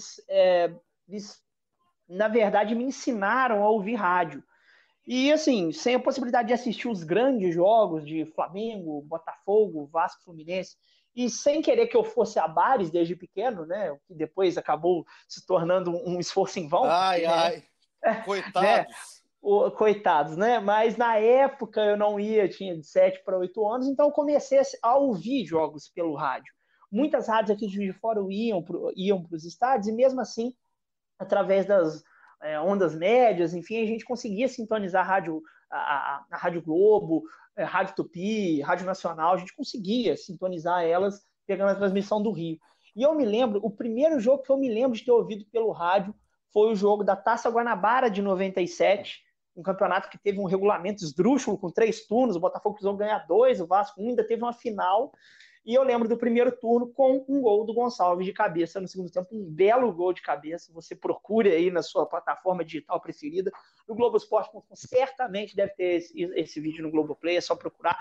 na verdade, me ensinaram a ouvir rádio. E, assim, sem a possibilidade de assistir os grandes jogos de Flamengo, Botafogo, Vasco, Fluminense, e sem querer que eu fosse a bares desde pequeno, né, o que depois acabou se tornando um esforço em vão. Ai, coitados. Né? Coitados, né? Mas na época eu não ia, tinha de 7 para 8 anos, então eu comecei a ouvir jogos pelo rádio. Muitas rádios aqui de Juiz de Fora iam para os estádios, e mesmo assim, através ondas médias, enfim, a gente conseguia sintonizar a Rádio Globo, Rádio Tupi, Rádio Nacional, a gente conseguia sintonizar elas pegando a transmissão do Rio. E eu me lembro, o primeiro jogo que eu me lembro de ter ouvido pelo rádio foi o jogo da Taça Guanabara de 97, um campeonato que teve um regulamento esdrúxulo com 3 turnos, o Botafogo precisou ganhar 2, o Vasco ainda teve uma final, e eu lembro do primeiro turno com um gol do Gonçalves de cabeça no segundo tempo, um belo gol de cabeça, você procure aí na sua plataforma digital preferida, no Globoesporte.com, certamente deve ter esse vídeo no Globoplay, é só procurar.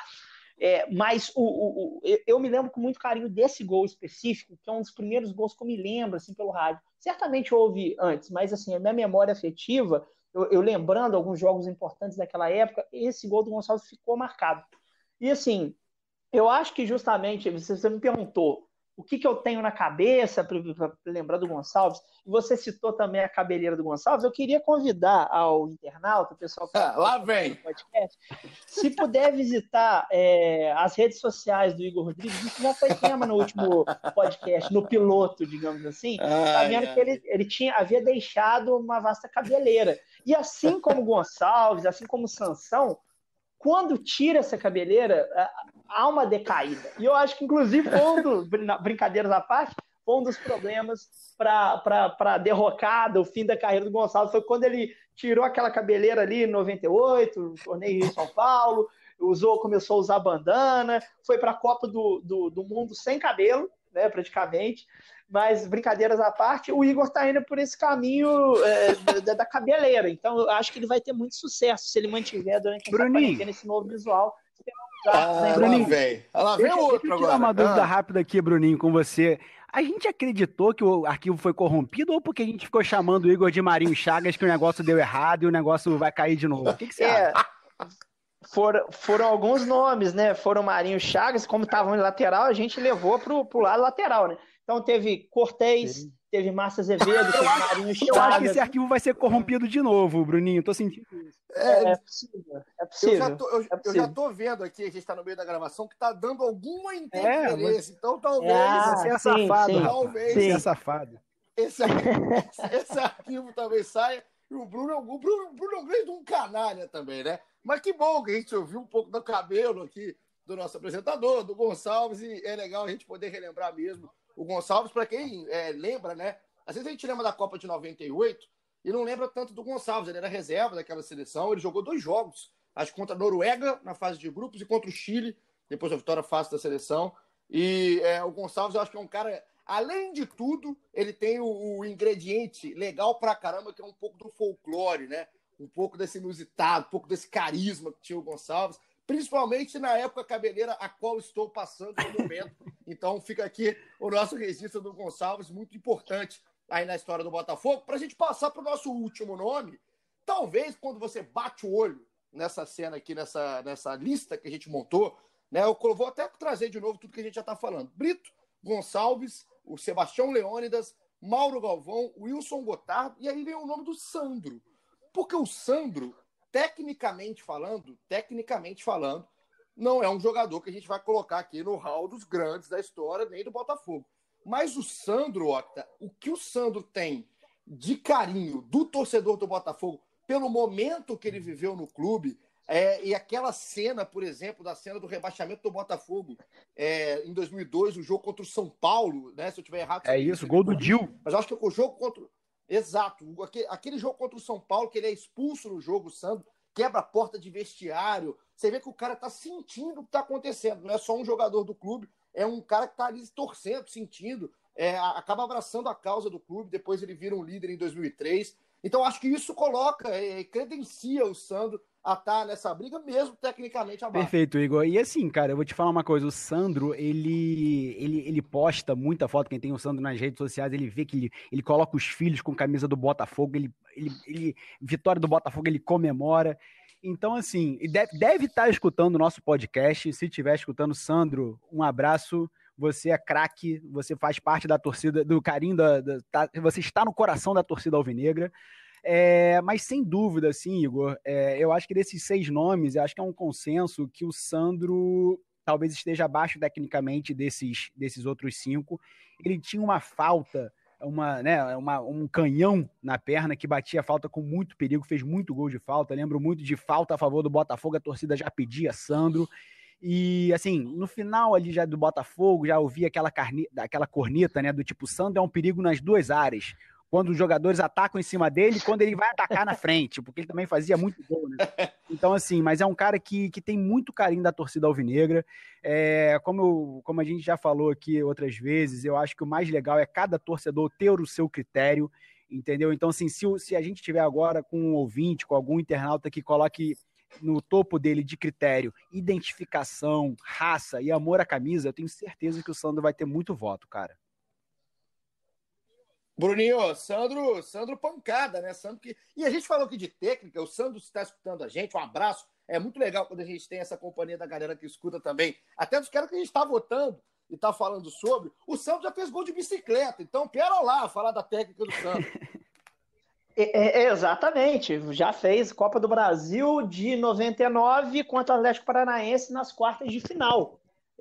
Mas eu me lembro com muito carinho desse gol específico, que é um dos primeiros gols que eu me lembro assim, pelo rádio. Certamente houve antes, mas assim, a minha memória afetiva, eu lembrando alguns jogos importantes daquela época, esse gol do Gonçalves ficou marcado. E assim, eu acho que justamente, você me perguntou o que eu tenho na cabeça para lembrar do Gonçalves, e você citou também a cabeleira do Gonçalves, eu queria convidar ao internauta, o pessoal que lá vem. Podcast, se puder visitar as redes sociais do Igor Rodrigues, isso já foi tema no último podcast, no piloto, digamos assim, tá vendo que ele havia deixado uma vasta cabeleira. E assim como o Gonçalves, assim como o Sansão, quando tira essa cabeleira, há uma decaída. E eu acho que, inclusive, brincadeiras à parte, foi um dos problemas para a derrocada, o fim da carreira do Gonçalves, foi quando ele tirou aquela cabeleira ali em 98, no torneio em São Paulo, começou a usar bandana, foi para a Copa do Mundo sem cabelo, né, praticamente. Mas, brincadeiras à parte, o Igor está indo por esse caminho da cabeleira. Então, eu acho que ele vai ter muito sucesso se ele mantiver durante essa quarentena esse novo visual. Bruninho, lá vem outro deixa eu tirar uma dúvida rápida aqui, Bruninho, com você. A gente acreditou que o arquivo foi corrompido ou porque a gente ficou chamando o Igor de Marinho Chagas que o negócio deu errado e o negócio vai cair de novo? O que você acha? Foram alguns nomes, né? Foram Marinho Chagas, como estavam em lateral, a gente levou pro lado lateral, né? Então teve Cortez, teve Márcio Azevedo, teve Marinho Chagas. Eu acho que esse arquivo vai ser corrompido de novo, Bruninho. Tô sentindo isso. É possível. Eu já tô vendo aqui, a gente tá no meio da gravação, que tá dando alguma interferência. Então talvez... Você é safado, sim, talvez. Você é safado. Esse arquivo talvez saia. E o Bruno é um grande um canalha também, né? Mas que bom que a gente ouviu um pouco do cabelo aqui do nosso apresentador, do Gonçalves, e é legal a gente poder relembrar mesmo o Gonçalves, para quem lembra, né? Às vezes a gente lembra da Copa de 98 e não lembra tanto do Gonçalves. Ele era reserva daquela seleção, ele jogou 2 jogos, acho que contra a Noruega na fase de grupos e contra o Chile, depois da vitória fácil da seleção. E o Gonçalves, eu acho que é um cara, além de tudo, ele tem o ingrediente legal pra caramba, que é um pouco do folclore, né? Um pouco desse inusitado, um pouco desse carisma que tinha o Gonçalves, principalmente na época cabeleira a qual estou passando no momento. Então fica aqui o nosso registro do Gonçalves, muito importante aí na história do Botafogo. Para a gente passar para o nosso último nome, talvez quando você bate o olho nessa cena aqui, nessa lista que a gente montou, né, eu vou até trazer de novo tudo que a gente já está falando. Brito, Gonçalves, o Sebastião Leônidas, Mauro Galvão, Wilson Gotardo, e aí vem o nome do Sandro. Porque o Sandro, tecnicamente falando, não é um jogador que a gente vai colocar aqui no hall dos grandes da história, nem do Botafogo. Mas o Sandro, Octa, o que o Sandro tem de carinho do torcedor do Botafogo pelo momento que ele viveu no clube, e aquela cena, por exemplo, da cena do rebaixamento do Botafogo em 2002, o jogo contra o São Paulo, né? Se eu estiver errado... Isso, gol do Dil. Mas eu acho que o jogo contra... Exato. Aquele jogo contra o São Paulo, que ele é expulso no jogo, o Sandro quebra a porta de vestiário. Você vê que o cara tá sentindo o que tá acontecendo. Não é só um jogador do clube, é um cara que tá ali torcendo, sentindo, acaba abraçando a causa do clube. Depois ele vira um líder em 2003. Então acho que isso coloca, credencia o Sandro a estar nessa briga, mesmo tecnicamente abaixo. Perfeito, Igor. E assim, cara, eu vou te falar uma coisa. O Sandro, ele posta muita foto. Quem tem o Sandro nas redes sociais, ele vê que ele coloca os filhos com camisa do Botafogo. Ele vitória do Botafogo, ele comemora. Então, assim, deve estar escutando o nosso podcast. Se estiver escutando, Sandro, um abraço. Você é craque, você faz parte da torcida, do carinho, você está no coração da torcida alvinegra. Mas sem dúvida, assim, Igor, eu acho que desses 6 nomes, eu acho que é um consenso que o Sandro talvez esteja abaixo tecnicamente desses outros 5. Ele tinha uma falta um canhão na perna que batia a falta com muito perigo, fez muito gol de falta. Lembro muito de falta a favor do Botafogo, a torcida já pedia Sandro. E, assim, no final ali já do Botafogo, já ouvi aquela corneta, né, do tipo, Sandro é um perigo nas duas áreas. Quando os jogadores atacam em cima dele, quando ele vai atacar na frente, porque ele também fazia muito gol, né? Então, assim, mas é um cara que tem muito carinho da torcida alvinegra. Como a gente já falou aqui outras vezes, eu acho que o mais legal é cada torcedor ter o seu critério, entendeu? Então, assim, se a gente estiver agora com um ouvinte, com algum internauta que coloque no topo dele de critério, identificação, raça e amor à camisa, eu tenho certeza que o Sandro vai ter muito voto, cara. Bruninho, Sandro pancada, né? E a gente falou aqui de técnica, o Sandro está escutando a gente, um abraço. É muito legal quando a gente tem essa companhia da galera que escuta também, até dos caras que a gente está votando e está falando sobre. O Sandro já fez gol de bicicleta, então pera lá falar da técnica do Sandro. Exatamente, já fez Copa do Brasil de 99 contra o Atlético Paranaense nas quartas de final.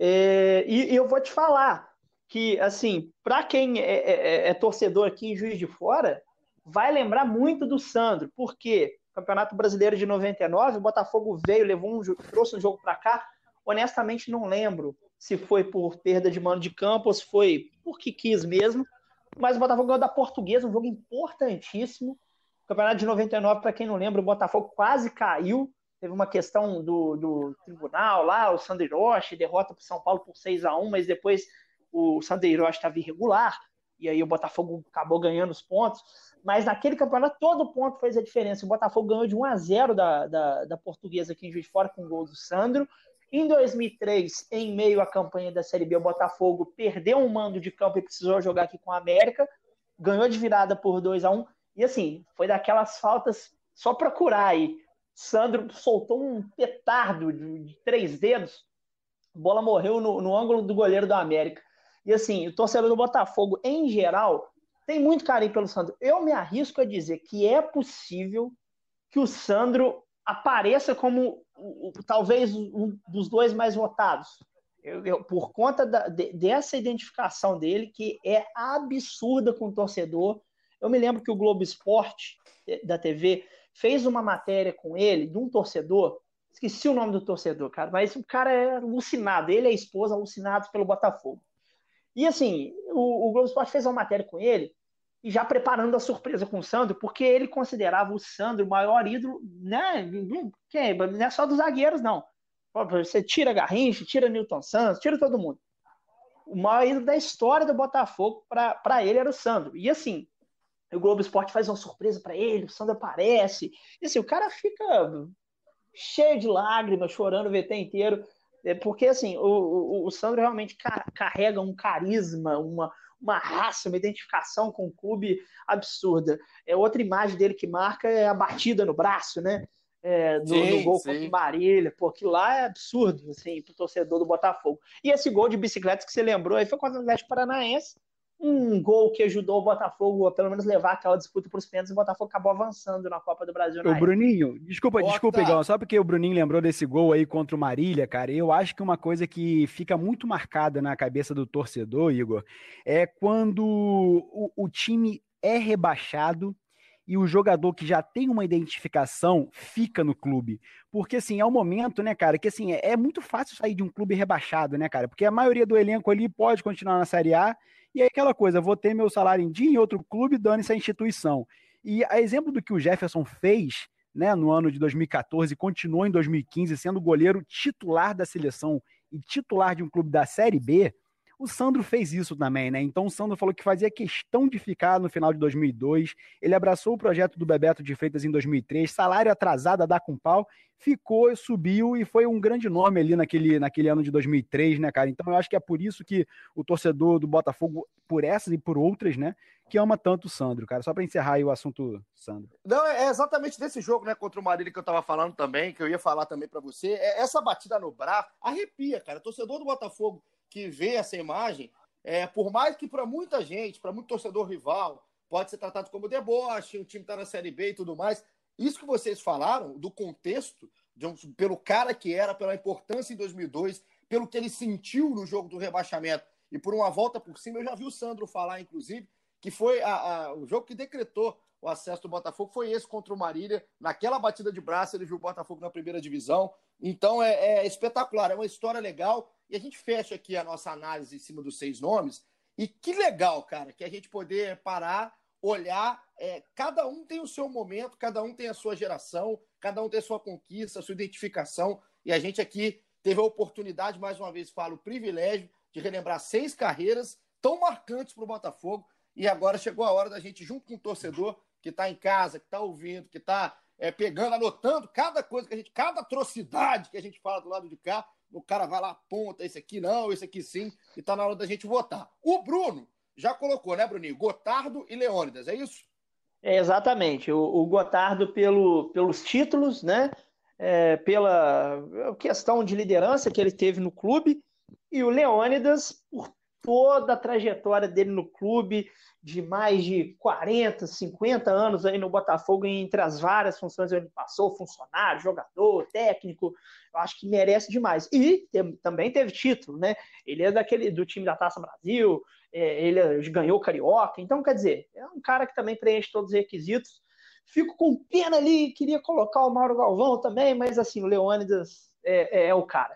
E eu vou te falar que, assim, para quem é torcedor aqui em Juiz de Fora, vai lembrar muito do Sandro, porque Campeonato Brasileiro de 99, o Botafogo trouxe um jogo para cá, honestamente não lembro se foi por perda de mando de campo ou se foi porque quis mesmo, mas o Botafogo ganhou da Portuguesa, um jogo importantíssimo. O Campeonato de 99, para quem não lembra, o Botafogo quase caiu, teve uma questão do tribunal lá, o Sandro Hiroshi derrota para o São Paulo por 6-1, mas depois o Sandro Hiroshi estava irregular, e aí o Botafogo acabou ganhando os pontos, mas naquele campeonato todo ponto fez a diferença. O Botafogo ganhou de 1-0 da Portuguesa aqui em Juiz de Fora com o gol do Sandro. Em 2003, em meio à campanha da Série B, o Botafogo perdeu um mando de campo e precisou jogar aqui com a América, ganhou de virada por 2-1, e assim, foi daquelas faltas, só procurar aí. Sandro soltou um petardo de 3 dedos, a bola morreu no ângulo do goleiro do América. E assim, o torcedor do Botafogo, em geral, tem muito carinho pelo Sandro. Eu me arrisco a dizer que é possível que o Sandro apareça como talvez um dos dois mais votados. Por conta dessa identificação dele, que é absurda com o torcedor. Eu me lembro que o Globo Esporte, da TV, fez uma matéria com ele, de um torcedor, esqueci o nome do torcedor, cara, mas o cara é alucinado, ele e a esposa alucinados pelo Botafogo. E assim, o Globo Esporte fez uma matéria com ele, e já preparando a surpresa com o Sandro, porque ele considerava o Sandro o maior ídolo, né? Não é só dos zagueiros, não. Você tira Garrincha, tira Nilton Santos, tira todo mundo. O maior ídolo da história do Botafogo, para ele, era o Sandro. E assim, o Globo Esporte faz uma surpresa para ele, o Sandro aparece, e assim, o cara fica cheio de lágrimas, chorando o VT inteiro, porque assim, o Sandro realmente carrega um carisma, uma raça, uma identificação com o clube absurda. Outra imagem dele que marca é a batida no braço, né? No gol contra o Marília. Pô, aquilo lá é absurdo, assim, pro torcedor do Botafogo. E esse gol de bicicleta que você lembrou aí foi contra o Atlético Paranaense, um gol que ajudou o Botafogo a pelo menos levar aquela disputa para os pênaltis, e o Botafogo acabou avançando na Copa do Brasil. Ô, Bruninho, desculpa, Igão, só porque o Bruninho lembrou desse gol aí contra o Marília, cara, eu acho que uma coisa que fica muito marcada na cabeça do torcedor, Igor, é quando o time é rebaixado e o jogador que já tem uma identificação fica no clube. Porque, assim, é um momento, né, cara, que, assim, é muito fácil sair de um clube rebaixado, né, cara, porque a maioria do elenco ali pode continuar na Série A, e aí aquela coisa, vou ter meu salário em dia em outro clube, dane-se a instituição. E a exemplo do que o Jefferson fez, né, no ano de 2014, continuou em 2015, sendo goleiro titular da seleção e titular de um clube da Série B, o Sandro fez isso também, né? Então o Sandro falou que fazia questão de ficar no final de 2002, ele abraçou o projeto do Bebeto de Freitas em 2003, salário atrasado a dar com pau, ficou, subiu e foi um grande nome ali naquele ano de 2003, né, cara? Então eu acho que é por isso que o torcedor do Botafogo, por essas e por outras, né, que ama tanto o Sandro, cara. Só para encerrar aí o assunto, Sandro. Não, é exatamente desse jogo, né, contra o Marília que eu tava falando também, que eu ia falar também para você. Essa batida no braço arrepia, cara. O torcedor do Botafogo que vê essa imagem, por mais que para muita gente, para muito torcedor rival, pode ser tratado como deboche, o time tá na Série B e tudo mais. Isso que vocês falaram, do contexto, pelo cara que era, pela importância em 2002, pelo que ele sentiu no jogo do rebaixamento e por uma volta por cima, eu já vi o Sandro falar, inclusive, que foi o jogo que decretou o acesso do Botafogo, foi esse contra o Marília. Naquela batida de braço, ele viu o Botafogo na primeira divisão. Então, é espetacular, é uma história legal. E a gente fecha aqui a nossa análise em cima dos 6 nomes. E que legal, cara, que a gente poder parar, olhar. Cada um tem o seu momento, cada um tem a sua geração, cada um tem a sua conquista, a sua identificação. E a gente aqui teve a oportunidade, mais uma vez falo, o privilégio de relembrar 6 carreiras tão marcantes para o Botafogo. E agora chegou a hora da gente, junto com o torcedor que está em casa, que está ouvindo, que está pegando, anotando cada coisa que cada atrocidade que a gente fala do lado de cá, o cara vai lá, aponta, esse aqui não, esse aqui sim, e está na hora da gente votar. O Bruno já colocou, né, Bruninho? Gotardo e Leônidas, é isso? Exatamente. O Gotardo pelos títulos, né? Pela questão de liderança que ele teve no clube, e o Leônidas por toda a trajetória dele no clube, de mais de 40, 50 anos aí no Botafogo, entre as várias funções onde ele passou, funcionário, jogador, técnico, eu acho que merece demais. E também teve título, né? Ele é do time da Taça Brasil, ele ganhou o Carioca, então, quer dizer, é um cara que também preenche todos os requisitos. Fico com pena ali, queria colocar o Mauro Galvão também, mas assim, o Leônidas é o cara.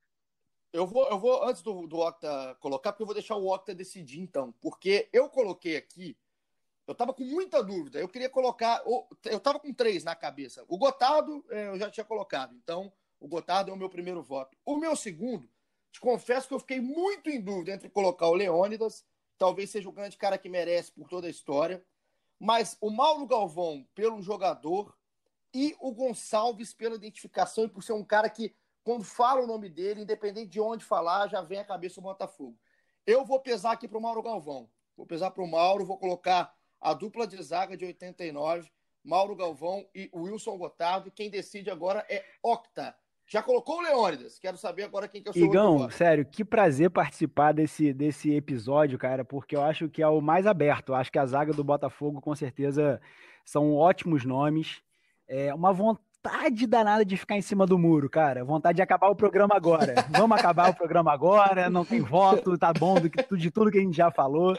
Eu vou antes do Octa colocar, porque eu vou deixar o Octa decidir, então. Porque eu coloquei aqui, eu tava com muita dúvida. Eu queria colocar, eu tava com 3 na cabeça. O Gotardo, eu já tinha colocado. Então, o Gotardo é o meu primeiro voto. O meu segundo, te confesso que eu fiquei muito em dúvida entre colocar o Leônidas, talvez seja o grande cara que merece por toda a história, mas o Mauro Galvão pelo jogador e o Gonçalves pela identificação e por ser um cara que, quando fala o nome dele, independente de onde falar, já vem à cabeça o Botafogo. Eu vou pesar aqui para o Mauro Galvão. Vou pesar para o Mauro, vou colocar a dupla de zaga de 89, Mauro Galvão e Wilson Gotardo. E quem decide agora é Octa. Já colocou o Leônidas? Quero saber agora quem que é o seu Igão, sério, que prazer participar desse episódio, cara, porque eu acho que é o mais aberto. Eu acho que a zaga do Botafogo, com certeza, são ótimos nomes. Uma vontade danada de ficar em cima do muro, cara. Vontade de acabar o programa agora. Vamos acabar o programa agora, não tem voto, tá bom de tudo que a gente já falou.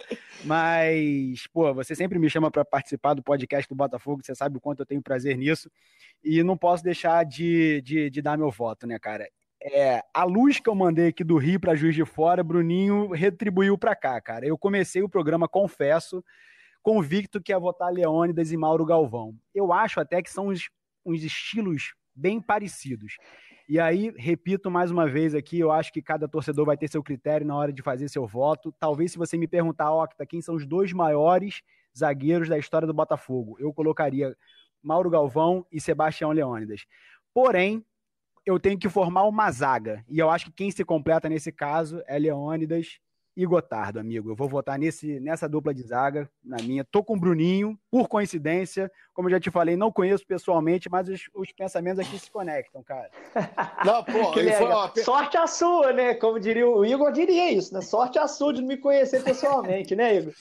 Mas, pô, você sempre me chama para participar do podcast do Botafogo, você sabe o quanto eu tenho prazer nisso. E não posso deixar de dar meu voto, né, cara? A luz que eu mandei aqui do Rio para Juiz de Fora, Bruninho retribuiu para cá, cara. Eu comecei o programa, confesso, convicto que ia votar Leônidas e Mauro Galvão. Eu acho até que são uns estilos bem parecidos. E aí, repito mais uma vez aqui, eu acho que cada torcedor vai ter seu critério na hora de fazer seu voto. Talvez, se você me perguntar, Octa, quem são os 2 maiores zagueiros da história do Botafogo, eu colocaria Mauro Galvão e Sebastião Leônidas. Porém, eu tenho que formar uma zaga. E eu acho que quem se completa nesse caso é Leônidas e Gotardo, amigo. Eu vou votar nessa dupla de zaga, na minha. Tô com o Bruninho, por coincidência. Como eu já te falei, não conheço pessoalmente, mas os pensamentos aqui se conectam, cara. Não, pô, sorte a sua, né? Como diria o Igor, diria isso, né? Sorte a sua de não me conhecer pessoalmente, né, Igor?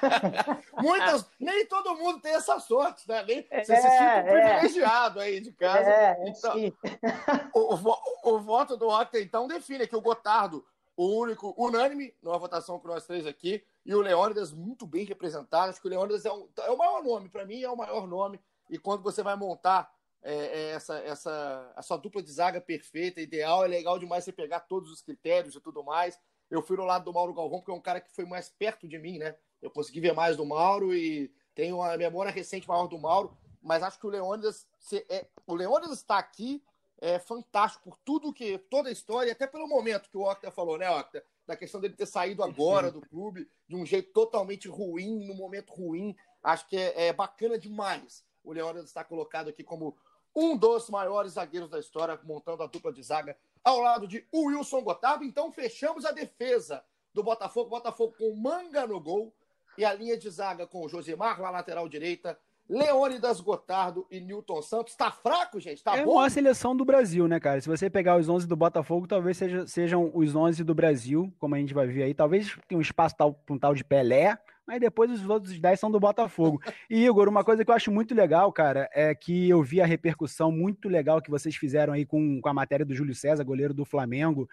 Nem todo mundo tem essa sorte, né? Você se sente um privilegiado aí de casa. Então, sim. O voto do Octa, então, define que o Gotardo, o único, unânime, numa votação com nós 3 aqui, e o Leônidas muito bem representado. Acho que o Leônidas é o maior nome, para mim é o maior nome, e quando você vai montar a sua dupla de zaga perfeita, ideal, é legal demais você pegar todos os critérios e tudo mais. Eu fui no lado do Mauro Galvão, porque é um cara que foi mais perto de mim, né? Eu consegui ver mais do Mauro e tenho uma memória recente maior do Mauro, mas acho que o Leônidas está aqui, é fantástico por toda a história, até pelo momento que o Octa falou, né, Octa? Da questão dele ter saído agora do clube, de um jeito totalmente ruim, num momento ruim. Acho que é bacana demais o Leônidas estar colocado aqui como um dos maiores zagueiros da história, montando a dupla de zaga ao lado de Wilson Gotardo. Então, fechamos a defesa do Botafogo. Botafogo com Manga no gol e a linha de zaga com o Josimar na lateral direita, Leônidas, Gotardo e Nilton Santos. Tá fraco, gente? Tá bom? É uma seleção do Brasil, né, cara? Se você pegar os 11 do Botafogo, talvez sejam os 11 do Brasil, como a gente vai ver aí. Talvez tenha um espaço para um tal de Pelé, mas depois os outros 10 são do Botafogo. E, Igor, uma coisa que eu acho muito legal, cara, é que eu vi a repercussão muito legal que vocês fizeram aí com a matéria do Júlio César, goleiro do Flamengo,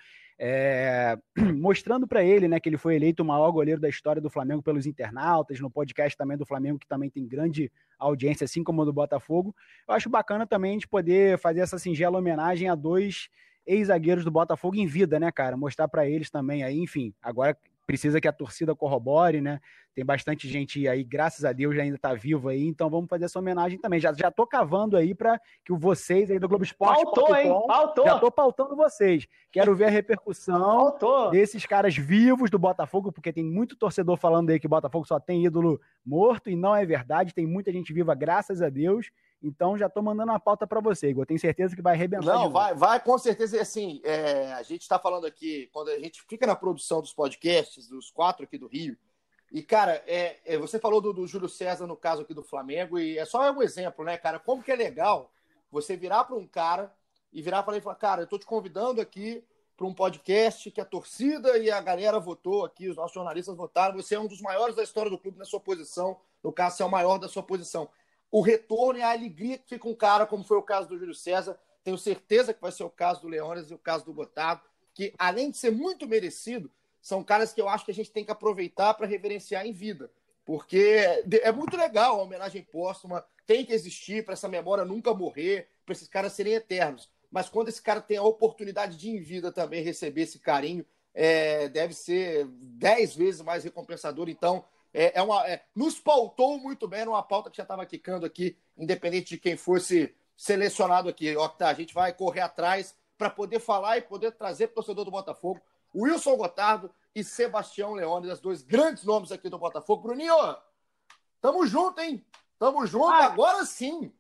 mostrando para ele, né, que ele foi eleito o maior goleiro da história do Flamengo pelos internautas, no podcast também do Flamengo, que também tem grande audiência, assim como o do Botafogo. Eu acho bacana também de poder fazer essa singela homenagem a 2 ex-zagueiros do Botafogo em vida, né, cara? Mostrar para eles também aí, enfim, agora precisa que a torcida corrobore, né? Tem bastante gente aí, graças a Deus, ainda tá vivo aí, então vamos fazer essa homenagem também. Já tô cavando aí para que vocês aí do Globo Esporte... Pautou, hein? Pautou! Já tô pautando vocês. Quero ver a repercussão desses caras vivos do Botafogo, porque tem muito torcedor falando aí que o Botafogo só tem ídolo morto, e não é verdade, tem muita gente viva, graças a Deus. Então já tô mandando uma pauta para você, Igor. Tenho certeza que vai arrebentar. Não, vai com certeza. E assim, a gente está falando aqui, quando a gente fica na produção dos podcasts, dos 4 aqui do Rio, e, cara, você falou do Júlio César, no caso aqui do Flamengo, e é só um exemplo, né, cara? Como que é legal você virar para um cara e virar para ele e falar, cara, eu tô te convidando aqui para um podcast que a torcida e a galera votou aqui, os nossos jornalistas votaram, você é um dos maiores da história do clube na sua posição, no caso, você é o maior da sua posição. O retorno e a alegria que fica um cara, como foi o caso do Júlio César, tenho certeza que vai ser o caso do Leônidas e o caso do Gotardo, que, além de ser muito merecido, são caras que eu acho que a gente tem que aproveitar para reverenciar em vida, porque é muito legal a homenagem póstuma, tem que existir para essa memória nunca morrer, para esses caras serem eternos, mas quando esse cara tem a oportunidade de, em vida, também receber esse carinho, deve ser 10 vezes mais recompensador. Então, nos pautou muito bem numa pauta que já estava quicando aqui, independente de quem fosse selecionado aqui. A gente vai correr atrás para poder falar e poder trazer para o torcedor do Botafogo Wilson Gotardo e Sebastião Leônidas, 2 grandes nomes aqui do Botafogo. Bruninho, tamo junto, hein? Tamo junto, agora sim,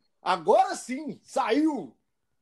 saiu.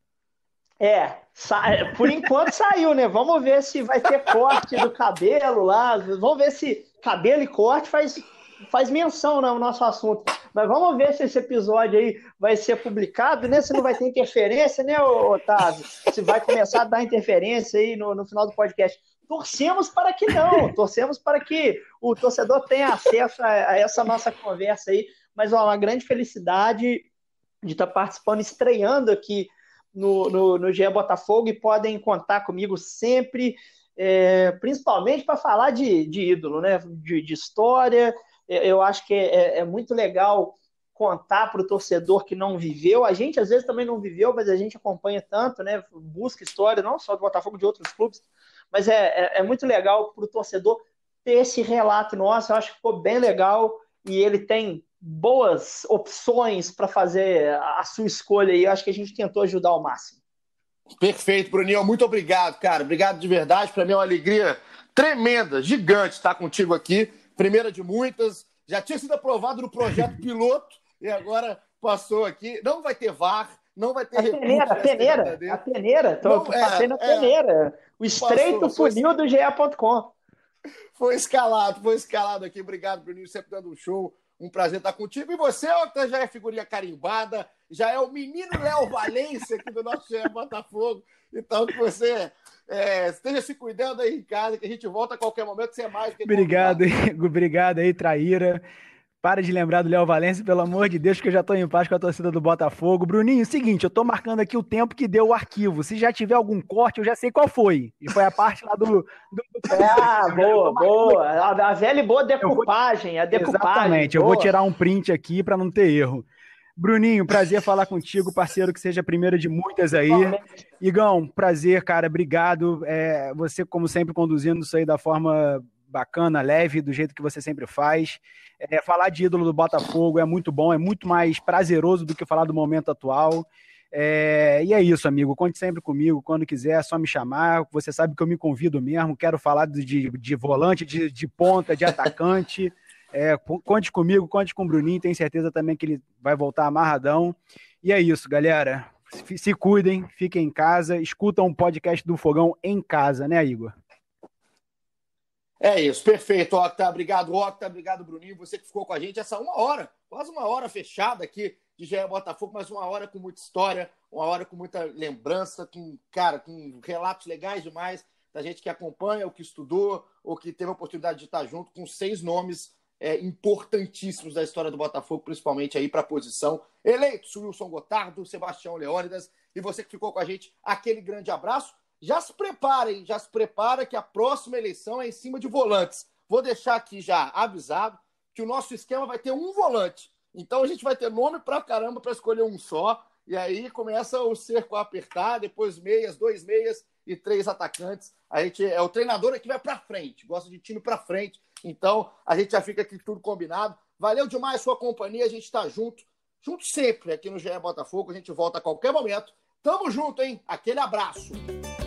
Por enquanto saiu, né? Vamos ver se vai ter corte do cabelo lá, vamos ver se cabelo e corte faz menção, né, no nosso assunto. Mas vamos ver se esse episódio aí vai ser publicado, né? Se não vai ter interferência, né, Otávio? Se vai começar a dar interferência aí no final do podcast. Torcemos para que não, torcemos para que o torcedor tenha acesso a essa nossa conversa aí. Mas uma grande felicidade de estar participando, estreando aqui no GE Botafogo, e podem contar comigo sempre, principalmente para falar de ídolo, né? De história. Eu acho que é muito legal contar para o torcedor que não viveu. A gente, às vezes, também não viveu, mas a gente acompanha tanto, né? Busca história, não só do Botafogo, de outros clubes. Mas é muito legal para o torcedor ter esse relato nosso. Eu acho que ficou bem legal e ele tem boas opções para fazer a sua escolha, e eu acho que a gente tentou ajudar ao máximo. Perfeito, Bruninho. Muito obrigado, cara. Obrigado de verdade. Para mim é uma alegria tremenda, gigante estar contigo aqui. Primeira de muitas. Já tinha sido aprovado no projeto piloto e agora passou aqui. Não vai ter VAR, não vai ter a peneira. Passei na peneira. O estreito funil do GE.com. Foi escalado aqui. Obrigado, Bruninho, sempre dando um show. Um prazer estar contigo. E você, Octa, já é figurinha carimbada, já é o menino Léo Valência aqui do nosso GE Botafogo. Então, que você esteja se cuidando aí em casa, que a gente volta a qualquer momento, você é mais do que obrigado, Igor. Obrigado aí, traíra. Para de lembrar do Léo Valência, pelo amor de Deus, que eu já tô em paz com a torcida do Botafogo. Bruninho, seguinte, eu tô marcando aqui o tempo que deu o arquivo. Se já tiver algum corte, eu já sei qual foi. E foi a parte lá do... Boa. A velha e boa decupagem. Exatamente, boa. Eu vou tirar um print aqui para não ter erro. Bruninho, prazer falar contigo, parceiro, que seja a primeira de muitas aí. Igão, prazer, cara, obrigado. Você, como sempre, conduzindo isso aí da forma bacana, leve, do jeito que você sempre faz. Falar de ídolo do Botafogo é muito bom, é muito mais prazeroso do que falar do momento atual. E é isso, amigo. Conte sempre comigo, quando quiser, é só me chamar. Você sabe que eu me convido mesmo, quero falar de volante, de ponta, de atacante. Conte comigo, conte com o Bruninho, tenho certeza também que ele vai voltar amarradão. E é isso, galera. Se cuidem, fiquem em casa, escutam um podcast do Fogão em casa, né, Igor? É isso, perfeito, Octa. Obrigado, Octa. Obrigado, Bruninho. Você que ficou com a gente essa quase uma hora fechada aqui de GE Botafogo, mas uma hora com muita história, uma hora com muita lembrança, com relatos legais demais da gente que acompanha, ou que estudou, ou que teve a oportunidade de estar junto com 6 nomes importantíssimos da história do Botafogo, principalmente aí para a posição. Eleitos, Wilson Gotardo, Sebastião Leônidas, e você que ficou com a gente, aquele grande abraço. Já se preparem, já se prepara que a próxima eleição é em cima de volantes. Vou deixar aqui já avisado que o nosso esquema vai ter um volante. Então a gente vai ter nome pra caramba para escolher um só. E aí começa o cerco a apertar, depois meias, 2 meias e 3 atacantes. A gente é o treinador que vai para frente, gosta de time para frente. Então a gente já fica aqui tudo combinado. Valeu demais a sua companhia, a gente está junto sempre aqui no GE Botafogo. A gente volta a qualquer momento. Tamo junto, hein? Aquele abraço.